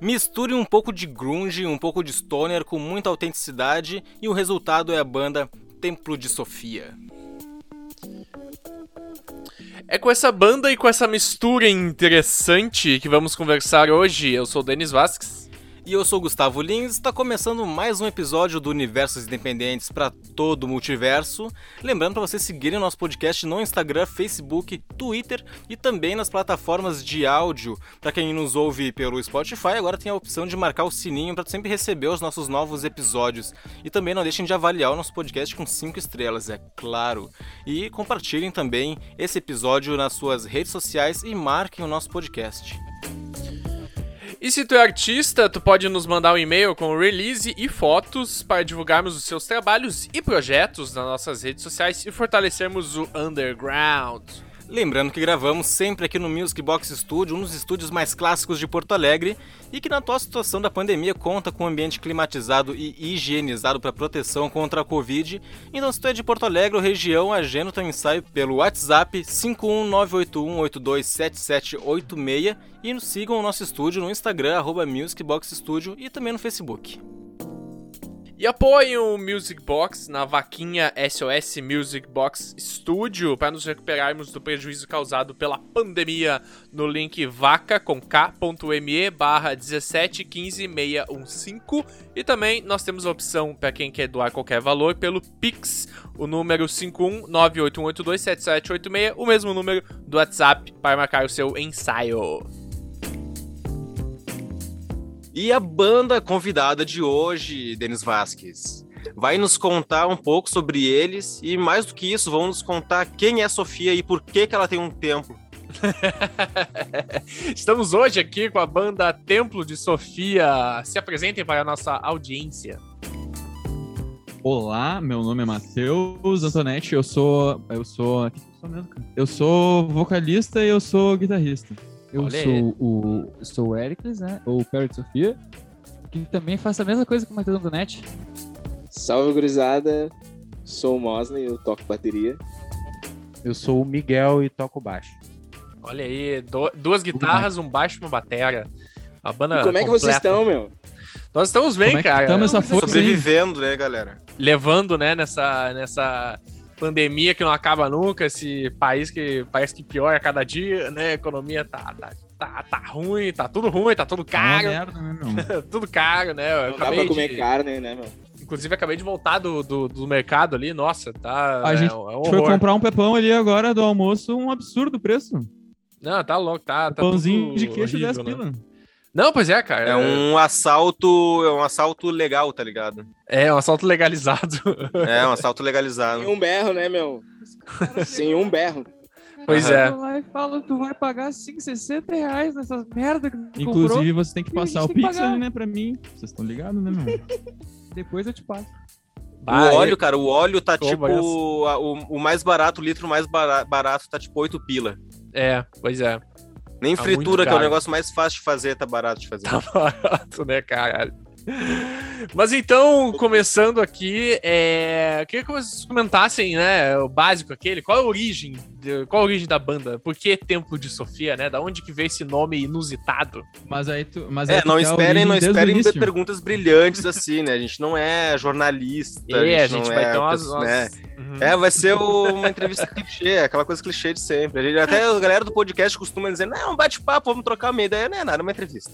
Misture um pouco de grunge, um pouco de stoner com muita autenticidade e o resultado é a banda Templo de Sofia. É com essa banda e com essa mistura interessante que vamos conversar hoje. Eu sou o Denis Vasques. E eu sou o Gustavo Lins, está começando mais um episódio do Universos Independentes para todo o multiverso. Lembrando para vocês seguirem o nosso podcast no Instagram, Facebook, Twitter e também nas plataformas de áudio. Para quem nos ouve pelo Spotify, agora tem a opção de marcar o sininho para sempre receber os nossos novos episódios. E também não deixem de avaliar o nosso podcast com 5 estrelas, é claro. E compartilhem também esse episódio nas suas redes sociais e marquem o nosso podcast. E se tu é artista, tu pode nos mandar um e-mail com release e fotos para divulgarmos os seus trabalhos e projetos nas nossas redes sociais e fortalecermos o underground. Lembrando que gravamos sempre aqui no Music Box Studio, um dos estúdios mais clássicos de Porto Alegre, e que na atual situação da pandemia conta com um ambiente climatizado e higienizado para proteção contra a Covid. Então se tu é de Porto Alegre ou região, agenda o teu ensaio pelo WhatsApp 51981827786 e nos sigam o nosso estúdio no Instagram, @musicboxstudio e também no Facebook. E apoiem o Music Box na vaquinha SOS Music Box Studio para nos recuperarmos do prejuízo causado pela pandemia no link vaca.me/1715615. E também nós temos a opção para quem quer doar qualquer valor pelo Pix, o número 51981827786, o mesmo número do WhatsApp para marcar o seu ensaio. E a banda convidada de hoje, Denis Vasques, vai nos contar um pouco sobre eles e, mais do que isso, vão nos contar quem é Sofia e por que ela tem um templo. Estamos hoje aqui com a banda Templo de Sofia. Se apresentem para a nossa audiência. Olá, meu nome é Matheus Antonetti, eu sou vocalista e eu sou guitarrista. Eu sou o Ericles, né? Ou o Perry Sofia, que também faz a mesma coisa que o Matheus Antonetti. Salve, gurizada. Sou o Mosley, eu toco bateria. Eu sou o Miguel e toco baixo. Olha aí, duas guitarras, um baixo e uma batera. A banda e como é que completa. vocês estão, meu? Nós estamos bem, cara. Estamos essa força sobrevivendo, né, galera? Levando, né, nessa pandemia que não acaba nunca, esse país que parece que piora a cada dia, né? A economia tá ruim, tá tudo caro. Merda, né, meu? Tudo caro, né? Não dá pra comer carne, né, meu? Inclusive, acabei de voltar do mercado ali, nossa, tá... A gente foi comprar um pepão ali agora do almoço, um absurdo preço. Não, tá louco, tá pãozinho de queijo, horrível, 10 pila. Não, pois é, cara. É um assalto legal, tá ligado? É um assalto legalizado. É um assalto legalizado. Sem um berro, né, meu? Sem um berro. Pois é. Tu vai e fala, tu vai pagar R$60 nessas merda que tu Inclusive, comprou. você tem que passar o Pix ali, né, pra mim. Vocês estão ligados, né, meu? Depois eu te passo. O óleo, cara, tá tipo... O mais barato, o litro mais barato tá tipo 8 pila. É, pois é. Nem Tá fritura, que é o caro. negócio mais fácil de fazer, tá barato de fazer. Tá barato, né, caralho? Mas então, começando aqui, queria que vocês comentassem, né, o básico aquele, qual a origem da banda? Por que Templo de Sofia, né? Da onde que veio esse nome inusitado? Não esperem perguntas brilhantes assim, né? A gente não é jornalista. A gente vai ter umas... Né? Vai ser uma entrevista clichê, aquela coisa clichê de sempre. Até a galera do podcast costuma dizer, não, um bate-papo, vamos trocar uma ideia. Não é nada, é uma entrevista.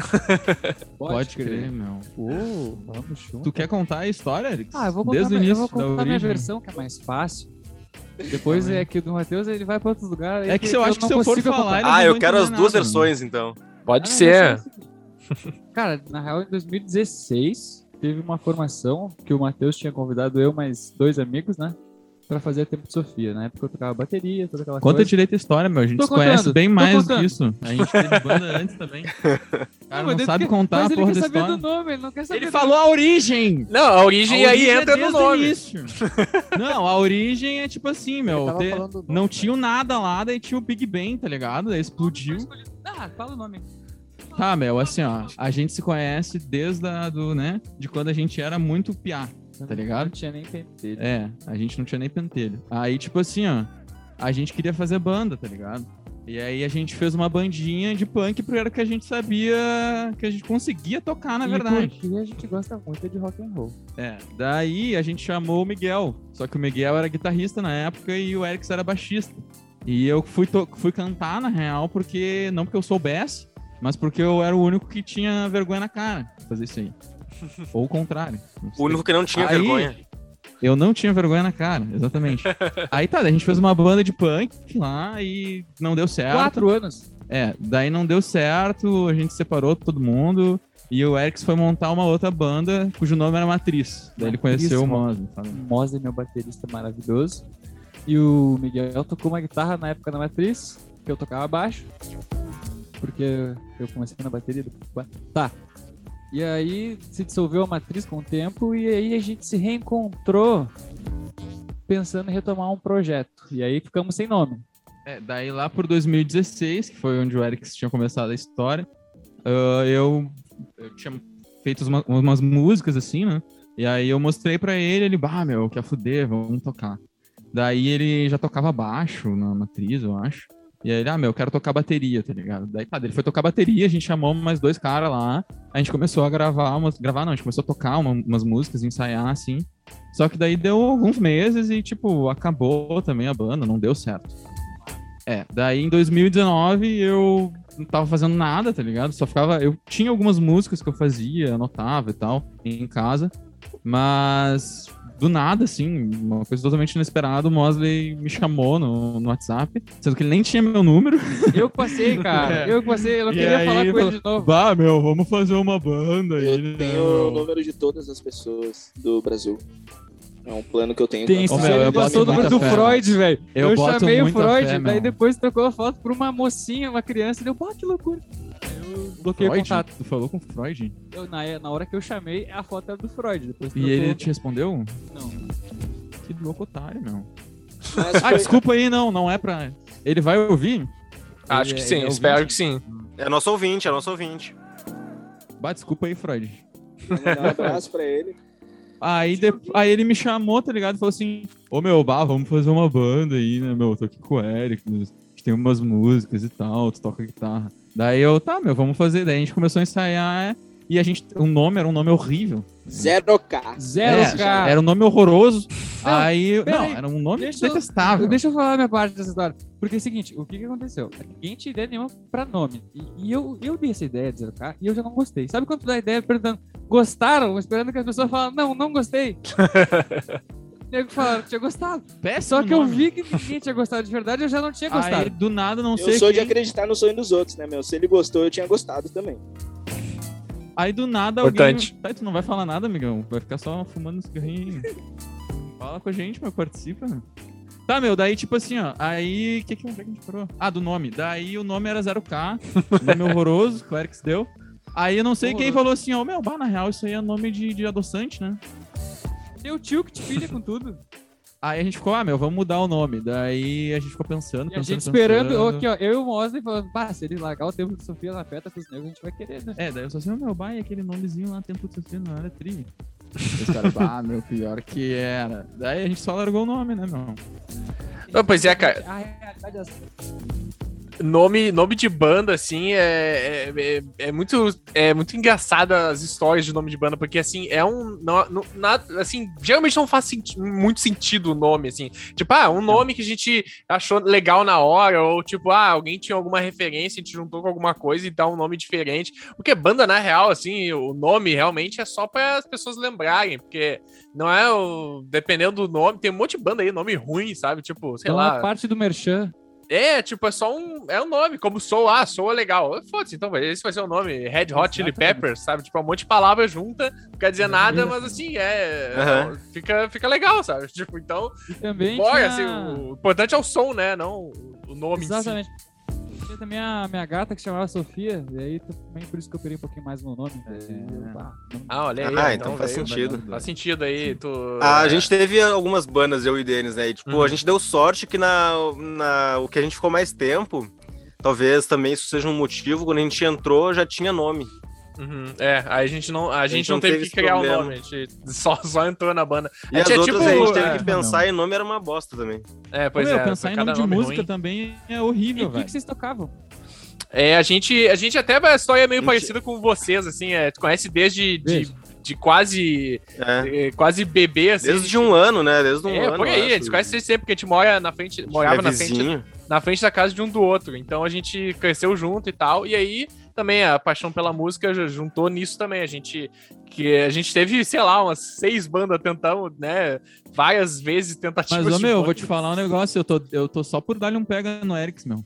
Pode crer, meu. Vamos junto. Tu quer contar a história, Alex? Eu vou contar, Desde o início, eu vou contar da minha origem. versão, que é mais fácil. Depois é que o do Matheus, ele vai pra outros lugares. É que eu acho que se eu for falar... eles não eu vão quero as entender duas nada, versões, então. Pode ser. Cara, na real, em 2016, teve uma formação que o Matheus tinha convidado eu mais 2 amigos, né? Pra fazer a Templo de Sofia. Na época eu tocava bateria, toda aquela Conta coisa. direito a história, meu. A gente Tô se conhece contando, bem tô mais contando. disso. A gente teve banda antes também. O cara não sabe contar mas a ele porra quer da saber história. do nome, ele não quer saber Ele do falou a origem! Não, a origem aí é entra no desde o nome. início. Não, a origem é tipo assim, meu. Ele tava falando do nome, Não tinha o nada lá, daí tinha o Big Bang, tá ligado? Daí explodiu. fala o nome. Tá, meu, assim, ó. A gente se conhece desde de quando a gente era muito piá. Tá ligado? Não tinha nem pentelho. A gente não tinha nem pentelho. Aí, tipo assim, ó, a gente queria fazer banda, tá ligado? E aí a gente fez uma bandinha de punk porque era o que a gente sabia, que a gente conseguia tocar, na verdade. Porque a gente gosta muito de rock and roll. Daí a gente chamou o Miguel, só que o Miguel era guitarrista na época e o Erics era baixista. E eu fui cantar, na real, não porque eu soubesse, mas porque eu era o único que tinha vergonha na cara de fazer isso aí. Ou o contrário. O único que não tinha Aí, vergonha. Eu não tinha vergonha na cara, exatamente. Aí a gente fez uma banda de punk lá e não deu certo. 4 anos. Daí não deu certo, a gente separou todo mundo e o Erics foi montar uma outra banda cujo nome era Matriz. Daí ele conheceu o Mosley. O Mosley, meu baterista maravilhoso. E o Miguel tocou uma guitarra na época da Matriz, que eu tocava baixo. Porque eu comecei na bateria. Tá. E aí se dissolveu a Matriz com o tempo e aí a gente se reencontrou pensando em retomar um projeto. E aí ficamos sem nome. Daí lá por 2016, que foi onde o Erics tinha começado a história, eu tinha feito umas músicas assim, né? E aí eu mostrei pra ele, quer fuder, vamos tocar. Daí ele já tocava baixo na Matriz, eu acho. E aí ele, eu quero tocar bateria, tá ligado? Daí ele foi tocar bateria, a gente chamou mais 2 caras lá, a gente começou a a gente começou a tocar umas músicas, ensaiar, assim. Só que daí deu alguns meses e, acabou também a banda, não deu certo. Daí em 2019 eu não tava fazendo nada, tá ligado? Eu tinha algumas músicas que eu fazia, anotava e tal, em casa, mas do nada, assim, uma coisa totalmente inesperada, o Mosley me chamou no WhatsApp, sendo que ele nem tinha meu número. Eu passei, cara. Eu não queria falar com ele de novo. Vamos fazer uma banda. Eu tenho o número de todas as pessoas do Brasil. É um plano que eu tenho. Tem sim, ele passou o número do Freud, velho. Eu chamei o Freud, fé, daí depois trocou a foto por uma mocinha, uma criança, e deu, que loucura. Eu bloqueei o contato. Tu falou com o Freud? Na hora que eu chamei, a foto era do Freud. Depois e ele te respondeu? Não. Que louco otário, meu. Mas desculpa aí, não é pra... Ele vai ouvir? Acho que sim, espero que sim. É nosso ouvinte. Desculpa aí, Freud. Vou mandar um abraço pra ele. Aí ele me chamou, tá ligado? E falou assim, vamos fazer uma banda aí, né, meu? Tô aqui com o Eric, a gente tem umas músicas e tal, tu toca guitarra. Daí vamos fazer. Daí a gente começou a ensaiar e o nome era um nome horrível. 0K. 0K. Era um nome horroroso. Peraí, era um nome detestável. Deixa eu falar a minha parte dessa história. Porque é o seguinte, o que aconteceu? Ninguém tinha ideia nenhuma pra nome. E eu dei essa ideia de 0K e eu já não gostei. Sabe quando tu dá a ideia perguntando, gostaram? Esperando que as pessoas falem, não gostei. Nego falaram que tinha gostado. Péssimo Só que eu nome. vi que ninguém tinha gostado de verdade, eu já não tinha gostado. Aí, do nada, não Eu sei sou de quem... acreditar no sonho dos outros, né, meu? Se ele gostou, eu tinha gostado também. Aí, do nada, Importante. alguém... tu não vai falar nada, amigão. Vai ficar só fumando cigarrinho. Fala com a gente, participa. Tá, daí, aí... Onde é que a gente parou? Do nome. Daí, o nome era 0K. Nome horroroso, que o Erics deu. Aí, eu não sei quem falou assim, na real, isso aí é nome de adoçante, né? Teu tio que te pilha com tudo. Aí a gente ficou, vamos mudar o nome. Daí a gente ficou pensando. E a gente esperando, aqui, ó, eu e o Mosley falando, se ele largar o tempo de Sofia na peta com os negros, a gente vai querer, né? Daí eu só assim, e aquele nomezinho lá, tempo de Sofia, não era tri. Os caras, pior que era. Daí a gente só largou o nome, né, meu? Não, pois é, cara. A realidade é assim. Nome de banda, assim, é muito engraçada as histórias de nome de banda, porque, assim, assim, geralmente não faz muito sentido o nome, assim. Tipo, um nome que a gente achou legal na hora, ou tipo, alguém tinha alguma referência, a gente juntou com alguma coisa e dá um nome diferente. Porque banda, na real, assim, o nome realmente é só para as pessoas lembrarem, porque não é dependendo do nome, tem um monte de banda aí, nome ruim, sabe? Tipo, sei lá. A parte do merchan. É só um nome, como Soul é legal. Foda-se, então esse vai ser o nome, Red Hot Chili Peppers, sabe? Tipo, um monte de palavras junta, não quer dizer nada, mas assim, fica legal, sabe? Tipo, então, e também assim, o importante é o som, né? Não o nome em si. Exatamente. Tinha também a minha gata que chamava Sofia, e aí também por isso que eu queria um pouquinho mais no nome. Olha aí. Então faz sentido. Faz sentido aí. A gente teve algumas bandas, eu e Denis, né? E, a gente deu sorte que o que a gente ficou mais tempo, talvez também isso seja um motivo, quando a gente entrou já tinha nome. É, aí a gente não teve que criar o nome, a gente só entrou na banda. E as outras a gente teve que pensar e o nome era uma bosta também. Pois é. Pensar em nome de música também é horrível, velho. O que vocês tocavam? A gente até a história é meio parecida com vocês, assim, tu conhece desde de quase bebê, assim. Desde um ano, né? Desde um ano. Por aí, a gente conhece desde sempre, porque a gente morava na frente da casa de um do outro. Então a gente cresceu junto e tal. E aí também a paixão pela música juntou nisso também. A gente teve, sei lá, umas 6 bandas tentando, né? Várias vezes tentativas. Mas, meu, vou te falar um negócio. Eu tô só por dar-lhe um pega no Erics, meu.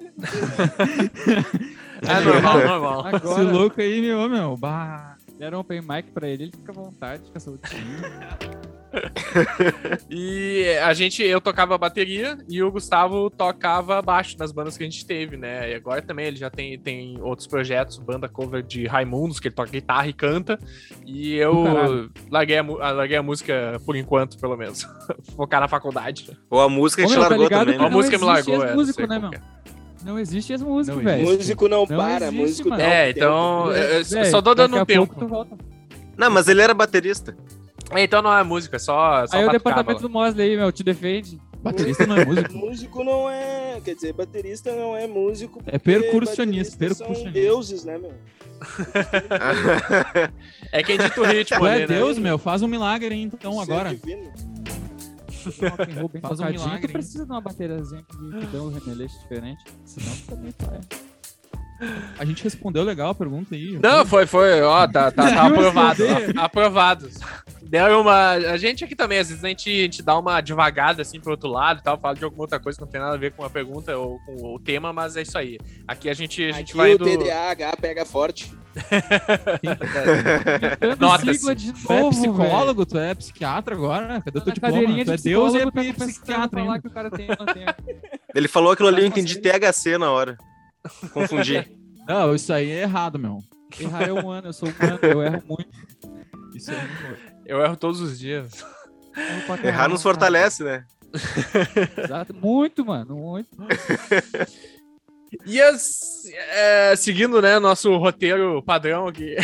Normal. Esse louco aí, meu. Bah. Deram um open mic pra ele fica à vontade, fica soltinho. E eu tocava bateria e o Gustavo tocava baixo nas bandas que a gente teve, né? E agora também ele já tem outros projetos, banda cover de Raimundos, que ele toca guitarra e canta. E eu larguei a música por enquanto, pelo menos. Focar na faculdade. Ou a música que te largou também, né? A música me largou, músico, né, meu? Não existe as músicas, velho. Músico não para, músico não. Então, eu só tô dando um tempo. Não, mas ele era baterista. Então não é música, só aí o departamento do Mosley aí, meu, te defende. Baterista não é músico. Músico não é... Quer dizer, baterista não é músico. É percussionista. São deuses, né, meu? É quem dita o ritmo. Tu é Deus, meu. Faz um milagre aí, então, agora. Divino. Faz um milagre. Tu precisa de uma bateriazinha que dá um remeleixo diferente. Senão também vai. A gente respondeu legal a pergunta aí. Não, foi. Ó, tá aprovado. Aprovado. Deram uma... A gente aqui também, às vezes a gente dá uma devagada assim pro outro lado e tal, fala de alguma outra coisa que não tem nada a ver com a pergunta ou com o tema, mas é isso aí. Aqui a gente vai o TDAH pega forte. Notas. Tu é psicólogo, véio. Tu é psiquiatra agora? Cadê o teu diploma? Tu é Deus e é psiquiatra ainda. Que o cara tem. Ele falou aquilo ali, eu entendi THC na hora. Confundi. Não, isso aí é errado, meu. Errar é humano, eu sou humano, eu erro muito. Isso é muito. Eu erro todos os dias. Errar nos fortalece, né? Exato, muito, mano, muito. E seguindo, né, nosso roteiro padrão aqui,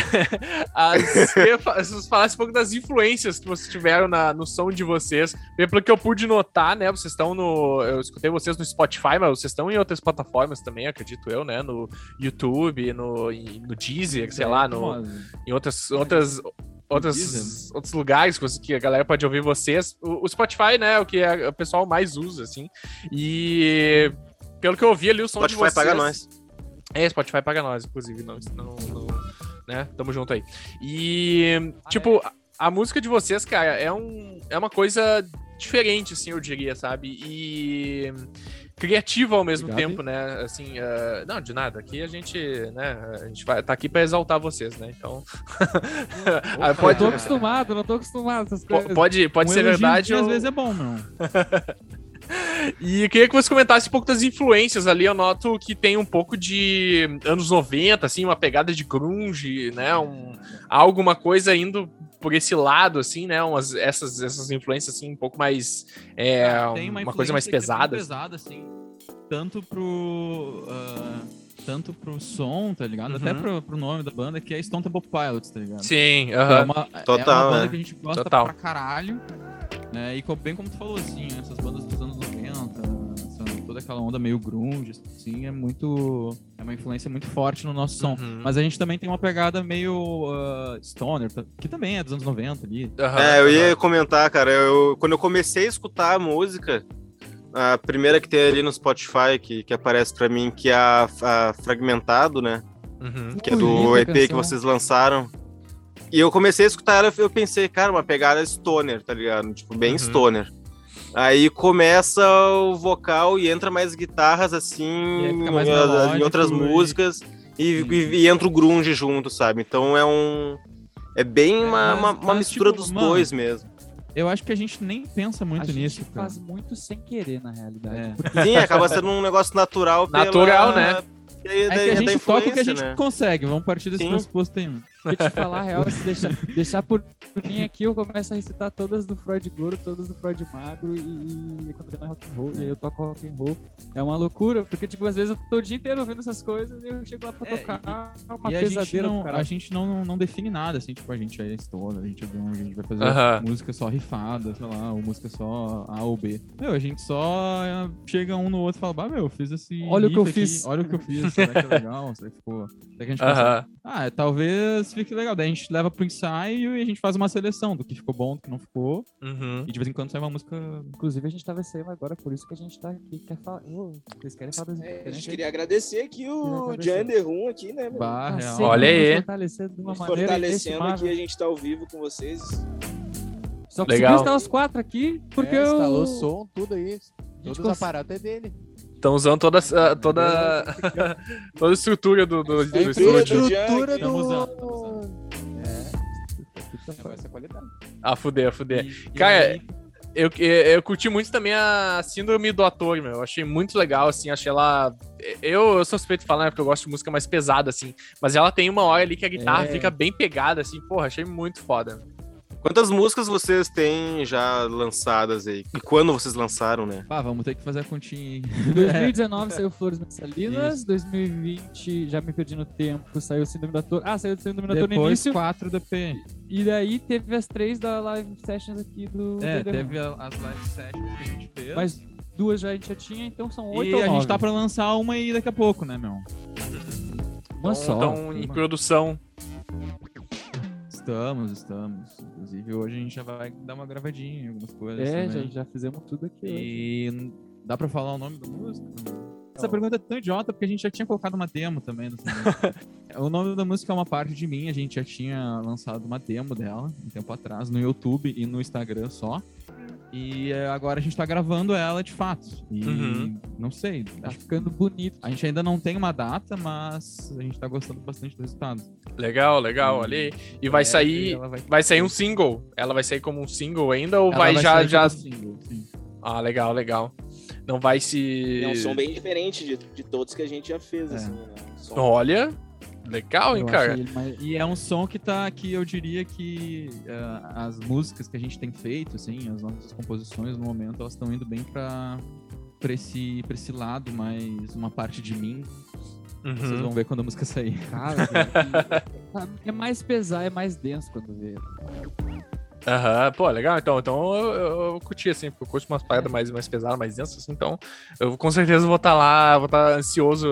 vocês falassem um pouco das influências que vocês tiveram no som de vocês. Pelo que eu pude notar, né, vocês estão eu escutei vocês no Spotify, mas vocês estão em outras plataformas também, acredito eu, né, no YouTube, no Deezer, sei lá, em outros lugares que a galera pode ouvir vocês. O Spotify, né, é o que o pessoal mais usa, assim, e... Pelo que eu ouvi ali, o som Spotify de vocês... paga nós. Spotify paga nós, inclusive. Não, né? Tamo junto aí. E, tipo, a música de vocês, cara, é uma coisa diferente, assim, eu diria, sabe? E criativa ao mesmo tempo, né? Assim, não, de nada. Aqui a gente, né? A gente tá aqui pra exaltar vocês, né? Então... Não tô acostumado essas coisas. Pode ser verdade ou... às vezes é bom, não. E eu queria que você comentasse um pouco das influências ali. Eu noto que tem um pouco de anos 90, assim, uma pegada de grunge, né? Alguma coisa indo por esse lado, assim, né? Essas influências, assim, um pouco mais... tem uma coisa mais pesada. Assim, tanto pro som, tá ligado? Até pro nome da banda, que é Stone Temple Pilots, tá ligado? Sim, Total, é uma banda que a gente gosta pra caralho. Né? E bem como tu falou, assim, essas bandas dos anos 90, toda aquela onda meio grunge, assim, é uma influência muito forte no nosso som. Mas a gente também tem uma pegada meio stoner, que também é dos anos 90 ali. Eu ia comentar, cara, quando eu comecei a escutar a música, a primeira que tem ali no Spotify, que aparece pra mim, que é a Fragmentado, né? Que é do EP que vocês lançaram. E eu comecei a escutar ela, eu pensei, cara, uma pegada stoner, tá ligado? Tipo, bem stoner. Aí começa o vocal e entra mais guitarras, assim, em outras músicas, e entra o grunge junto, sabe? Então é bem uma mistura dos dois mesmo. Eu acho que a gente nem pensa muito nisso. A gente faz muito sem querer, na realidade. Sim, acaba sendo um negócio natural. Natural, né? E aí, É que a da gente toca o que a influência, gente né? consegue, vamos partir desse Sim. pressuposto aí. Porque te falar a real, se deixar por mim aqui, eu começo a recitar todas do Freud Gordo, todas do Freud Magro e quando tem rock and roll, e aí eu toco rock and roll. É uma loucura, porque tipo, às vezes eu tô o dia inteiro ouvindo essas coisas e eu chego lá pra tocar uma E a gente, pesadeira do não, caralho. a gente não define nada, assim, tipo, a gente é estoura, a gente vai fazer Aham. música só rifada, sei lá, ou música só A ou B. Meu, a gente só chega um no outro e fala, bah, meu, eu fiz esse Olha o que eu riff aqui, fiz. olha o que eu fiz, será que é legal, será que ficou... Será que a gente consegue? Aham. Ah, talvez fique legal, daí a gente leva pro ensaio e a gente faz uma seleção do que ficou bom, do que não ficou, Uhum. e de vez em quando sai uma música... Inclusive, a gente tava saindo agora, por isso que a gente tá aqui. Quer falar... Vocês querem falar das A gente diferentes? queria agradecer aqui o Agradecer. Jander Rum aqui, né, meu? Bah, Tá real. sempre Olha aí. nos fortalecendo de uma Nos maneira fortalecendo aqui, inestimável. a gente tá ao vivo com vocês. Só conseguiu Legal. estar os 4 aqui, porque instalou eu... som, tudo aí. Todos os aparatos é dele. Estão usando toda a estrutura do É a estúdio. infraestrutura Estamos do... Essa qualidade. Ah, fuder. E Cara, aí, Eu curti muito também a síndrome do ator, meu. Eu achei muito legal, assim, achei ela... Eu sou suspeito de falar, né, porque eu gosto de música mais pesada, assim. Mas ela tem uma hora ali que a guitarra fica bem pegada, assim. Porra, achei muito foda. Quantas músicas vocês têm já lançadas aí? E quando vocês lançaram, né? pá, vamos ter que fazer a continha aí. Em 2019 saiu Flores Mensalinas, 2020 já me perdi no tempo, saiu Síndrome do Ator. Ah, saiu Síndrome do Ator no Depois início. 4 DP. E daí teve as 3 da live sessions aqui do DD1. Teve as live sessions que a gente fez. Mas 2 já a gente já tinha, então são 8 e ou a 9. gente tá pra lançar uma aí daqui a pouco, né, meu? Uma só. Então, em Uma. produção. Estamos. Inclusive, hoje a gente já vai dar uma gravadinha em algumas coisas também. Já fizemos tudo aqui. hoje. E dá pra falar o nome da música? Essa pergunta é tão idiota porque a gente já tinha colocado uma demo também dessa música. O nome da música é Uma Parte de Mim, a gente já tinha lançado uma demo dela um tempo atrás no YouTube e no Instagram só. E agora a gente tá gravando ela de fato. E não sei, Tá ficando bonito. a gente ainda não tem uma data, mas a gente tá gostando bastante do resultado. Legal, olha aí. E vai sair... Ela Vai sair um single? Ela vai sair como um single ainda ou ela vai sair já... como single, sim. Ah, legal. Não vai se... É um som bem diferente de todos que a gente já fez, assim, né? Um som- Olha, legal, hein, Eu cara? achei ele mais... E é um som que eu diria que as músicas que a gente tem feito, assim, as nossas composições no momento, elas estão indo bem pra esse lado, mais uma parte de mim. Vocês Uhum. vão ver quando a música sair. Cara, é mais pesado, é mais denso quando vê. Aham, pô, legal. Então eu curti, assim, porque eu curto umas paradas mais pesadas, mais densas, assim, então eu com certeza vou estar lá, vou estar ansioso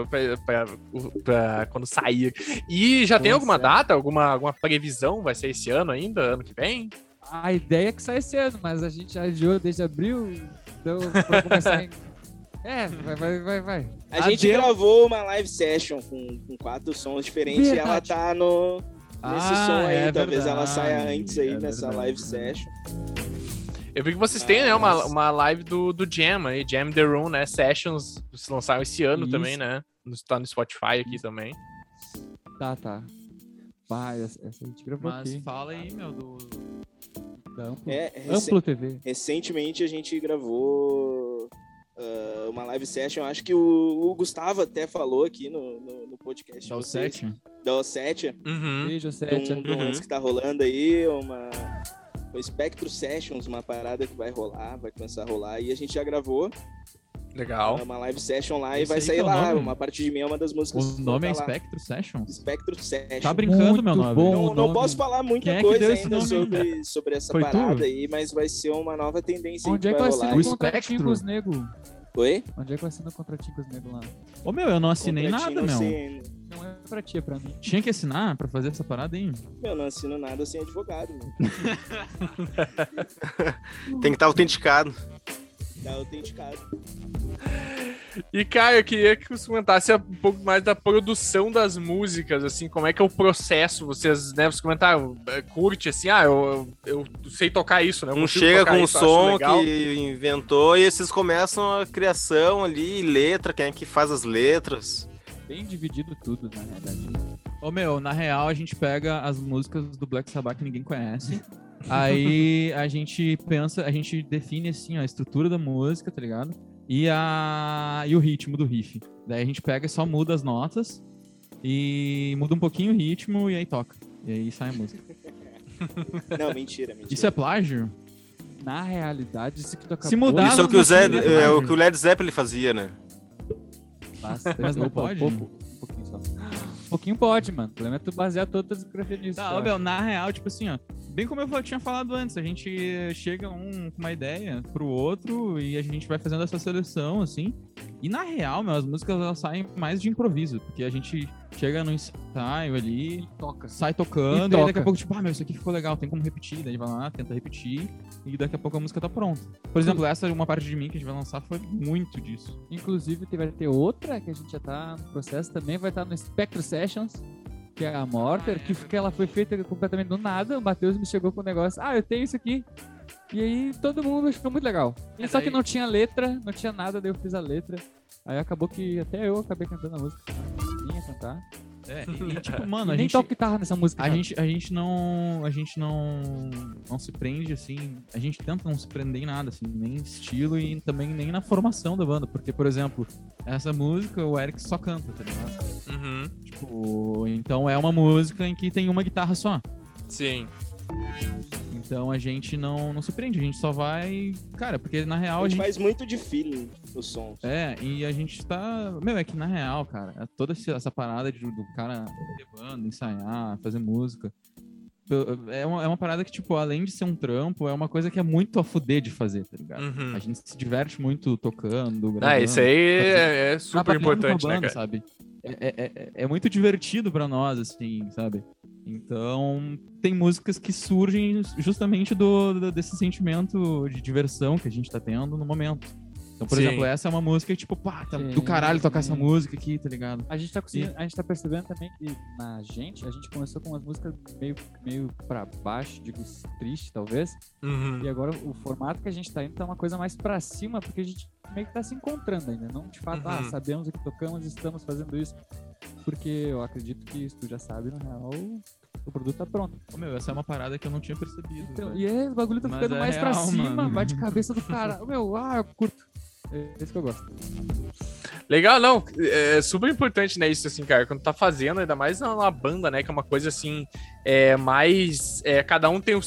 pra quando sair. E já tem alguma data, alguma previsão? Vai ser esse ano ainda? Ano que vem? A ideia é que sai esse ano, mas a gente adiou desde abril, então pra começar em... vai. A gente gravou uma live session com 4 sons diferentes e ela Verdade. tá nesse som aí. Talvez ela saia verdade, antes aí é nessa verdade. live session. Eu vi que vocês têm, né, uma live do Jam aí, Jam The Room, né? Sessions, vocês lançaram esse ano Isso. também, né? Tá no Spotify aqui também. Tá. Vai, essa a gente gravou Mas aqui. fala aí, meu, Da Amplo, Rece- Amplo TV. Recentemente a gente gravou uma live session. Acho que o Gustavo até falou aqui no podcast. da de vocês, O7. Da O7. Uhum. Beijo, De Sete. um lance que tá rolando aí, o Spectro Sessions, uma parada que vai rolar, vai começar a rolar. E a gente já gravou Legal. uma live session lá e Esse vai aí que sair é o lá. nome? Uma parte de mim é uma das músicas. O que nome é tá lá. Spectro Sessions? Spectro Session. Tá brincando, Muito meu nome. bom. Não, o não nome. posso falar muita Quem é que coisa deu esse ainda nome sobre essa Foi tu? parada aí, mas vai ser uma nova tendência aí Onde que é que eu vai rolar. assino O o contratinho Spectro? com os nego? Oi? Onde é que eu assino o contratinho com os nego lá? Ô, meu, eu não assinei Contratinho, nada, não meu. sei- Não é pra ti, é pra mim. Tinha que assinar pra fazer essa parada aí. Eu não assino nada sem advogado, meu. Tem que estar autenticado. Tá autenticado. E, cara, eu queria que você comentasse um pouco mais da produção das músicas, assim, como é que é o processo, vocês, né, vocês comentaram, curte, assim, eu sei tocar isso, né? eu Um consigo chega tocar com um isso, acho som legal. que inventou e vocês começam a criação ali, letra, quem é que faz as letras? Bem dividido tudo, na realidade. Ô, meu, na real, a gente pega as músicas do Black Sabbath que ninguém conhece. Aí a gente pensa, a gente define assim, ó, a estrutura da música, tá ligado? E o ritmo do riff. Daí a gente pega e só muda as notas e muda um pouquinho o ritmo e aí toca. E aí sai a música. Não, mentira. Isso é plágio? Na realidade, isso que tu acabou... Se mudar, Isso é o que o que o Led Zeppelin fazia, né? Mas não pode? Um pouquinho só. Um pouquinho pode, mano. O problema é tu basear toda a discografia nisso. Tá, tá? Meu, na real, tipo assim, ó, bem como eu tinha falado antes, a gente chega com uma ideia pro outro e a gente vai fazendo essa seleção, assim. E na real, meu, as músicas elas saem mais de improviso, porque a gente chega no ensaio ali, Toca. sai tocando E e daqui a toca. pouco, tipo, meu, isso aqui ficou legal, tem como repetir. Daí a gente vai lá, tenta repetir e daqui a pouco a música tá pronta. Por exemplo, essa uma parte de mim que a gente vai lançar foi muito disso. Inclusive, vai ter outra que a gente já tá no processo também, vai estar no Spectre Sessions, que é a Mortar, que ela foi feita completamente do nada. O Matheus me chegou com o negócio, eu tenho isso aqui. E aí todo mundo achou muito legal. E só que não tinha letra, não tinha nada, daí eu fiz a letra. Aí acabou que até eu acabei cantando a música. Ninguém ia cantar. E tipo, mano, E a nem gente... toco guitarra nessa música. A cara. gente não se prende, assim, a gente tenta não se prender em nada, assim, nem estilo e também nem na formação da banda, porque, por exemplo, essa música o Eric só canta, tá ligado? Uhum. Tipo, então é uma música em que tem uma guitarra só. Sim. Então a gente não se prende, a gente só vai... Cara, porque na real A gente faz muito de feeling os sons. E a gente tá... Meu, é que na real, cara, toda essa parada do cara ter banda, ensaiar, fazer música, é uma parada que, tipo, além de ser um trampo, é uma coisa que é muito a fuder de fazer, tá ligado? Uhum. A gente se diverte muito tocando, gravando. Isso aí é super trabalhando com a importante, né, banda, cara? sabe? É muito divertido pra nós, assim, sabe? Então, tem músicas que surgem justamente desse sentimento de diversão que a gente tá tendo no momento. Então, por Sim. exemplo, essa é uma música que, tipo, pá, tá do Sim, caralho tocar sim. essa música aqui, tá ligado? A gente tá conseguindo, a gente tá percebendo também que a gente começou com umas músicas meio pra baixo, digo, triste, talvez. Uhum. E agora o formato que a gente tá indo tá uma coisa mais pra cima, porque a gente meio que tá se encontrando ainda. Não de fato, Uhum. sabemos o que tocamos, estamos fazendo isso. Porque eu acredito que tu já sabe, na real, o produto tá pronto. Ô, meu, essa é uma parada que eu não tinha percebido. Então, velho. e aí o bagulho tá Mas ficando é mais pra real, cima, mano. vai de cabeça do cara. Eu curto. É isso que eu gosto. Legal, não, é super importante, né, isso, assim, cara, quando tá fazendo, ainda mais na banda, né, que é uma coisa, assim, cada um tem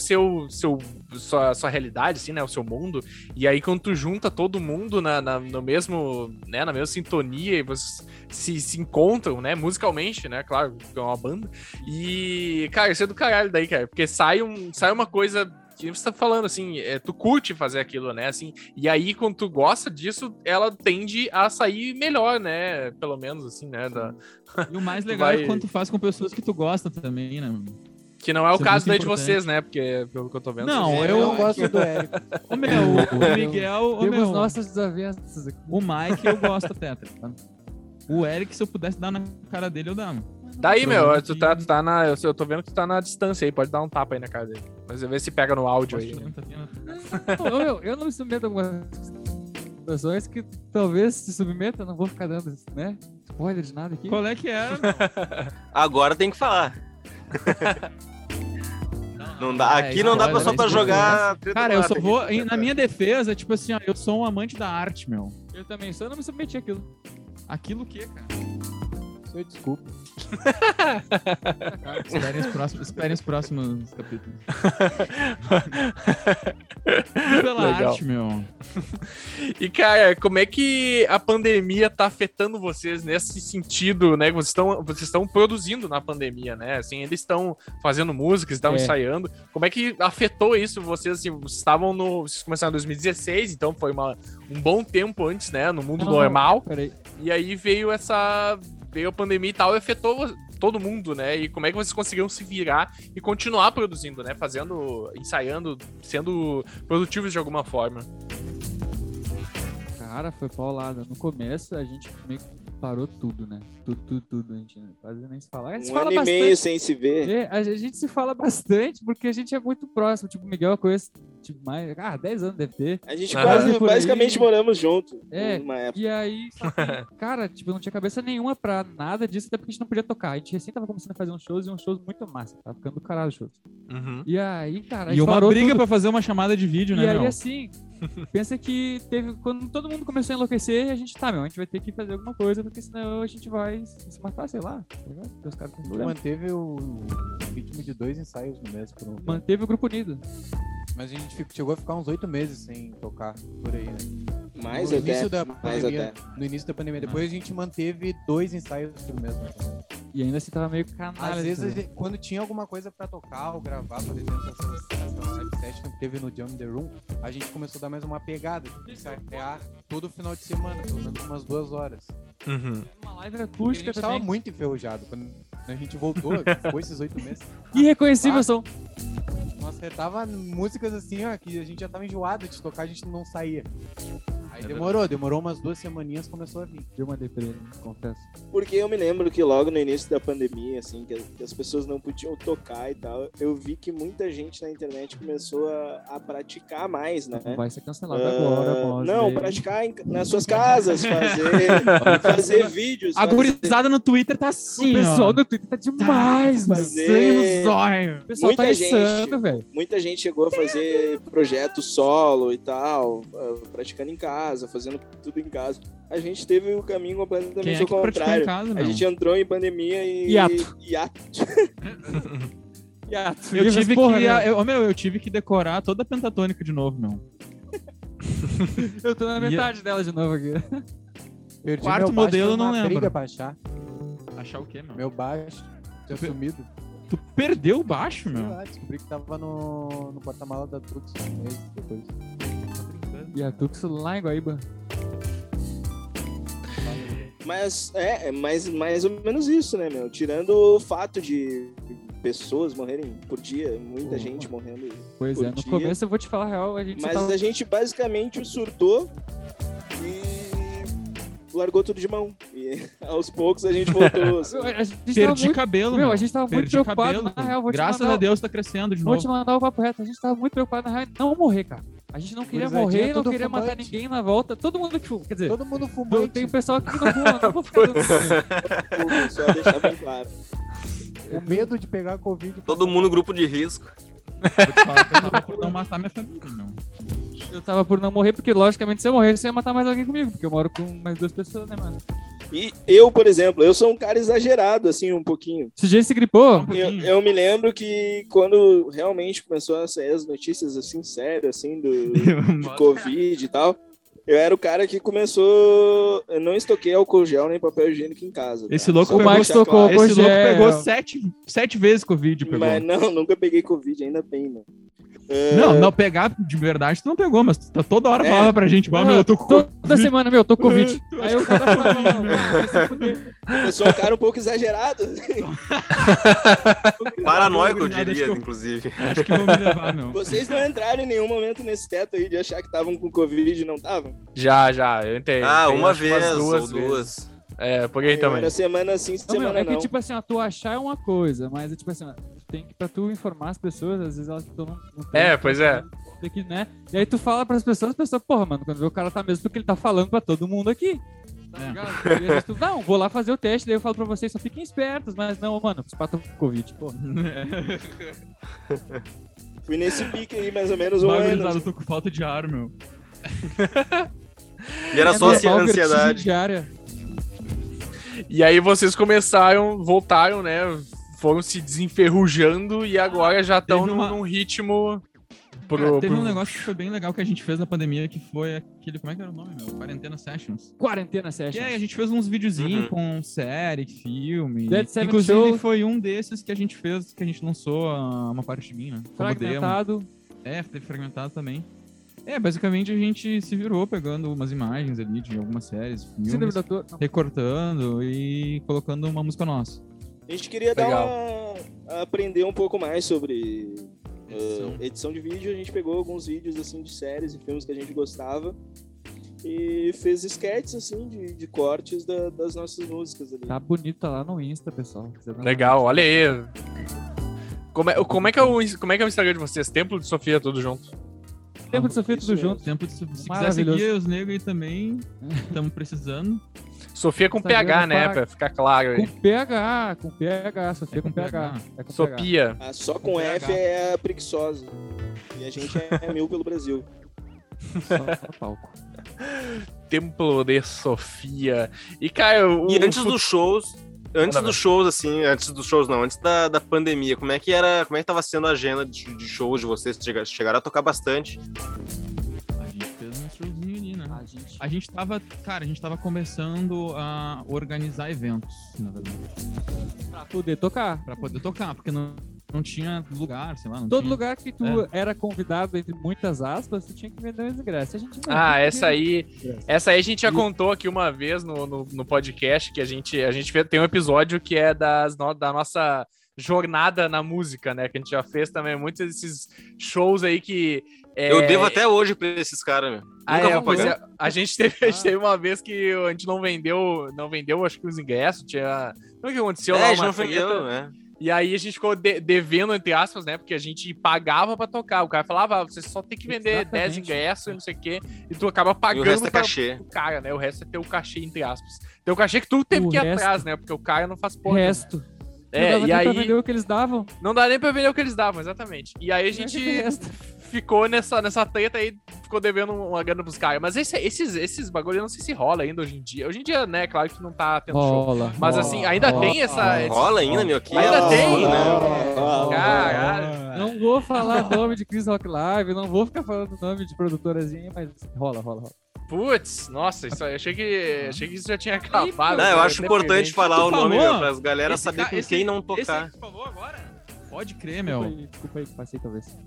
sua realidade, assim, né, o seu mundo, e aí quando tu junta todo mundo no mesmo, né, na mesma sintonia, e vocês se encontram, né, musicalmente, né, claro, que é uma banda, e, cara, isso é do caralho daí, cara, porque sai uma coisa... que você tá falando, assim, tu curte fazer aquilo, né, assim, e aí quando tu gosta disso, ela tende a sair melhor, né, pelo menos, assim, né, E o mais Tu legal é vai- quando tu faz com pessoas que tu gosta também, né? que não é o Isso é caso muito daí de importante. vocês, né, porque pelo que eu tô vendo... Não, vocês- Eu não gosto do Eric. Ô, meu, o Miguel... Ô, Temos meu, nossas desavenças aqui. o Mike eu gosto até, tá ligado? O Eric, se eu pudesse dar na cara dele, eu dava. Daí, meu, Provavelmente- tu tá na... Eu tô vendo que tu tá na distância aí, pode dar um tapa aí na cara dele. Mas eu ver se pega no áudio aí. Né? Eu não me submeto a algumas situações que talvez se submeta, não vou ficar dando, né? Spoiler de nada aqui. Qual é que era? Agora tem que falar. Não dá, aqui não dá só pra jogar treta Cara, no eu ar, só tem vou... que- Na minha defesa, tipo assim, ó, eu sou um amante da arte, meu. Eu também só não me submeti àquilo. Aquilo o quê, cara? Oi, desculpa. Esperem os próximos capítulos. Pela Legal. arte, meu. E, cara, como é que a pandemia tá afetando vocês nesse sentido, né? Vocês estão produzindo na pandemia, né? Assim, eles estão fazendo música, estão ensaiando. Como é que afetou isso vocês? Assim, vocês começaram em 2016, então foi um bom tempo antes, né? No mundo normal. Peraí. E aí veio a pandemia e tal, e afetou todo mundo, né? E como é que vocês conseguiram se virar e continuar produzindo, né? Ensaiando, sendo produtivos de alguma forma. Cara, foi paulada. No começo, a gente meio que parou tudo, né? Tudo. A gente quase nem se fala. A gente se Um fala ano e bastante. meio sem se ver. A gente se fala bastante porque a gente é muito próximo. Tipo, o Miguel eu conheço tipo, mais... 10 anos deve ter. A gente Ah, quase, por aí. basicamente, moramos juntos. É, Numa época. E aí, só que, cara, tipo, eu não tinha cabeça nenhuma pra nada disso, até porque a gente não podia tocar. A gente recém tava começando a fazer uns shows e uns shows muito massa. Tava ficando do caralho os shows. Uhum. E aí, cara, a E gente uma parou briga tudo. pra fazer uma chamada de vídeo, E né, aí, meu? assim, pensa que teve... Quando todo mundo começou a enlouquecer, a gente, a gente vai ter que fazer alguma coisa, porque senão a gente vai se matar, sei lá. Tá ligado? Porque os caras têm problema. Manteve o ritmo de 2 ensaios no mês por um tempo. Manteve o grupo unido. Mas a gente chegou a ficar uns 8 meses sem tocar por aí, né? Mais no até. início da Mais pandemia. até. No início da pandemia. Depois a gente manteve 2 ensaios por mês. Né? E ainda assim tava meio canalha. Às vezes, assim. quando tinha alguma coisa pra tocar ou gravar, por exemplo, essa live session que teve no Jam in the Room, a gente começou a dar mais uma pegada, tipo, ensaiar todo final de semana, pelo menos umas 2 horas. Uhum. Uma live Porque a acústica gente tava também. muito enferrujado. Quando a gente voltou, foi esses 8 meses. Irreconhecível som. Nós acertava músicas assim, ó, que a gente já tava enjoado de tocar, a gente não saía. Aí demorou umas 2 semaninhas, começou a vir. Deu uma deprê, confesso. Porque eu me lembro que logo no início da pandemia, assim, que as pessoas não podiam tocar e tal, eu vi que muita gente na internet começou a praticar mais, né? Vai ser cancelado agora, boss. Não, velho. praticar nas suas casas, fazer vídeos. A gurizada no Twitter tá O assim, pessoal ó. do Twitter tá demais, mano. fazer- Sangue no zóio. O pessoal tá Muita gente. insano, velho. Muita gente chegou a fazer projeto solo e tal, praticando em casa, fazendo tudo em casa. A gente teve o caminho Quem completamente é ao que praticou em contrário. casa, A meu? gente entrou em pandemia e... Hiato. Hiato. Eu tive Porra, que, né? eu tive que decorar toda a pentatônica de novo, meu. Eu tô na metade dela de novo aqui. Perdi Quarto meu baixo, modelo, foi eu não uma lembro. briga pra achar. Achar o quê, meu? Meu baixo tinha sumido. Tu perdeu o baixo, Sei meu? lá, descobri que tava no porta-mala da Tux um mês depois. E a Tux lá em Guaíba. Mas é mais ou menos isso, né, meu? Tirando o fato de pessoas morrerem por dia, muita gente morrendo. Pois Por é, no dia. começo eu vou te falar a real, a gente só Mas tava... a gente basicamente surtou e largou tudo de mão. E aos poucos a gente voltou. assim. A gente tava Perdi muito... cabelo, Meu, meu. a gente tava muito Perdi preocupado, cabelo. na real, vou te Graças mandar... a Deus tá crescendo de Vou te novo. mandar o papo reto, a gente tava muito preocupado, na real, em não morrer, cara. A gente não queria Gurizadinha, morrer, não tudo queria matar fumante. ninguém na volta. Todo mundo que fuma, quer dizer, Todo mundo fumante. tem o pessoal que não fuma, não vou ficar dando... Só deixar bem claro. O medo de pegar Covid. Todo mundo grupo de risco. Vou te falar que eu tava por não matar minha família, meu. Eu tava por não morrer, porque logicamente se eu morrer, você ia matar mais alguém comigo, porque eu moro com mais 2 pessoas, né, mano? E eu, por exemplo, eu sou um cara exagerado, assim, um pouquinho. Esse dia se gripou, Eu me lembro que quando realmente começou a sair as notícias, assim, sério, assim, de Covid e tal, eu era o cara que começou... Eu não estoquei álcool gel nem papel higiênico em casa. Esse louco Só pra Max deixar tocou claro. Esse louco gel. pegou 7 vezes Covid, pegou. Mas não, nunca peguei Covid, ainda bem, mano. Não, pegar de verdade tu não pegou, mas tu tá toda hora É. falava pra gente, meu, eu tô com toda semana, meu, tô com Covid. Tu Aí o cara falava, não, vai se fuder. Eu sou um cara um pouco exagerado. Paranoico, eu Acho que diria, eu- inclusive. Acho que vão me levar, meu. Vocês não entraram em nenhum momento nesse teto aí de achar que estavam com Covid e não estavam? Já, eu entrei. Ah, Entrei, uma acho que umas vez ou vezes. duas. É, por aí também. Era semana sim, Não, meu, semana é que não. tipo assim, ó, tu achar é uma coisa, mas é tipo assim, ó, tu tem que, pra tu informar as pessoas, às vezes elas não tem. É, pois é. Tem que, né? E aí tu fala pras pessoas, as pessoas, porra, mano, quando vê o cara tá mesmo porque ele tá falando pra todo mundo aqui. Tá É. ligado? E às vezes tu, não, vou lá fazer o teste, daí eu falo pra vocês, só fiquem espertos, mas não, mano, os patos com Covid, porra. Fui nesse pique aí, mais ou menos um Bagulhizado, ano. eu tô com falta de ar, meu. E era só normal, ansiedade. vertigem diária. E aí vocês voltaram, né? Foram se desenferrujando e agora já estão Teve uma- num ritmo. Cara, teve um negócio que foi bem legal que a gente fez na pandemia, que foi aquele, como é que era o nome, meu? Quarentena Sessions. Quarentena Que session. é, a gente fez uns videozinhos Uhum. com série, filme. Dead Seven Inclusive, Show. foi um desses que a gente fez, que a gente lançou uma parte de mim, né? Como demo. Fragmentado. É, teve fragmentado também. É, basicamente a gente se virou pegando umas imagens ali de algumas séries, Síndrome filmes, do ator. Não. recortando e colocando uma música nossa. A gente queria aprender um pouco mais sobre edição de vídeo. A gente pegou alguns vídeos assim de séries e filmes que a gente gostava e fez sketches, assim, de cortes das nossas músicas ali. Tá bonita lá no Insta, pessoal. Legal, olha aí. Como é que é o Instagram de vocês? Templo de Sofia, tudo junto. Tempo de Sofia, tudo junto. Tempo de se quiser Maravilhoso. seguir os negros aí também, estamos precisando. Sofia com Instagram PH, né? paga. Pra ficar claro aí. Com PH, Sofia com PH. É com Sofia. Ah, só com F é a preguiçosa. E a gente é 1000 pelo Brasil. PH. Só no palco. Templo de Sofia. E, cara, E antes dos shows, antes da pandemia, como é que tava sendo a agenda de shows de vocês? Chegaram a tocar bastante. A gente fez um showzinho ali, né? A gente tava começando a organizar eventos, na verdade. Pra poder tocar. Pra poder tocar, porque não tinha lugar, sei lá. Não Todo tinha... lugar que tu era convidado, entre muitas aspas, tu tinha que vender os ingressos. A gente não essa aí a gente já contou aqui uma vez no podcast, que a gente tem um episódio que é da nossa jornada na música, né? Que a gente já fez também muitos desses shows aí que... Eu devo até hoje pra esses caras, meu. Nunca vou pagar. A gente teve uma vez que a gente não vendeu, acho que os ingressos, tinha... O que aconteceu lá? A gente não vendeu, né? E aí a gente ficou devendo, entre aspas, né? Porque a gente pagava pra tocar. O cara falava, você só tem que vender 10 ingressos e não sei o quê. E tu acaba pagando E o resto é cachê. pro cara, né? O resto é ter o cachê, entre aspas. Tem o cachê que tu teve O que ir resto- atrás, né? Porque o cara não faz O porra. resto. É, Não dava e nem pra aí... vender o que eles davam. Não dá nem pra vender o que eles davam, exatamente. E aí a O gente resto. ficou nessa treta aí, ficou devendo uma grana pros caras. Mas esses bagulho eu não sei se rola ainda hoje em dia. Hoje em dia, né, claro que não tá tendo show. Rola. Mas assim, ainda tem essa... Rola ainda, meu. Aqui Ainda é tem, foda, né? Caralho. Não vou falar nome de Chris Rock Live, não vou ficar falando nome de produtorazinha, mas rola. Putz, nossa, isso aí, achei que isso já tinha acabado. Não, eu acho Independente. importante falar o nome, falou? meu, pras galera Esse saber ca- com esse- quem não Esse aí tocar. que tu falou agora? Pode crer, Desculpa meu. aí, desculpa aí que passei talvez.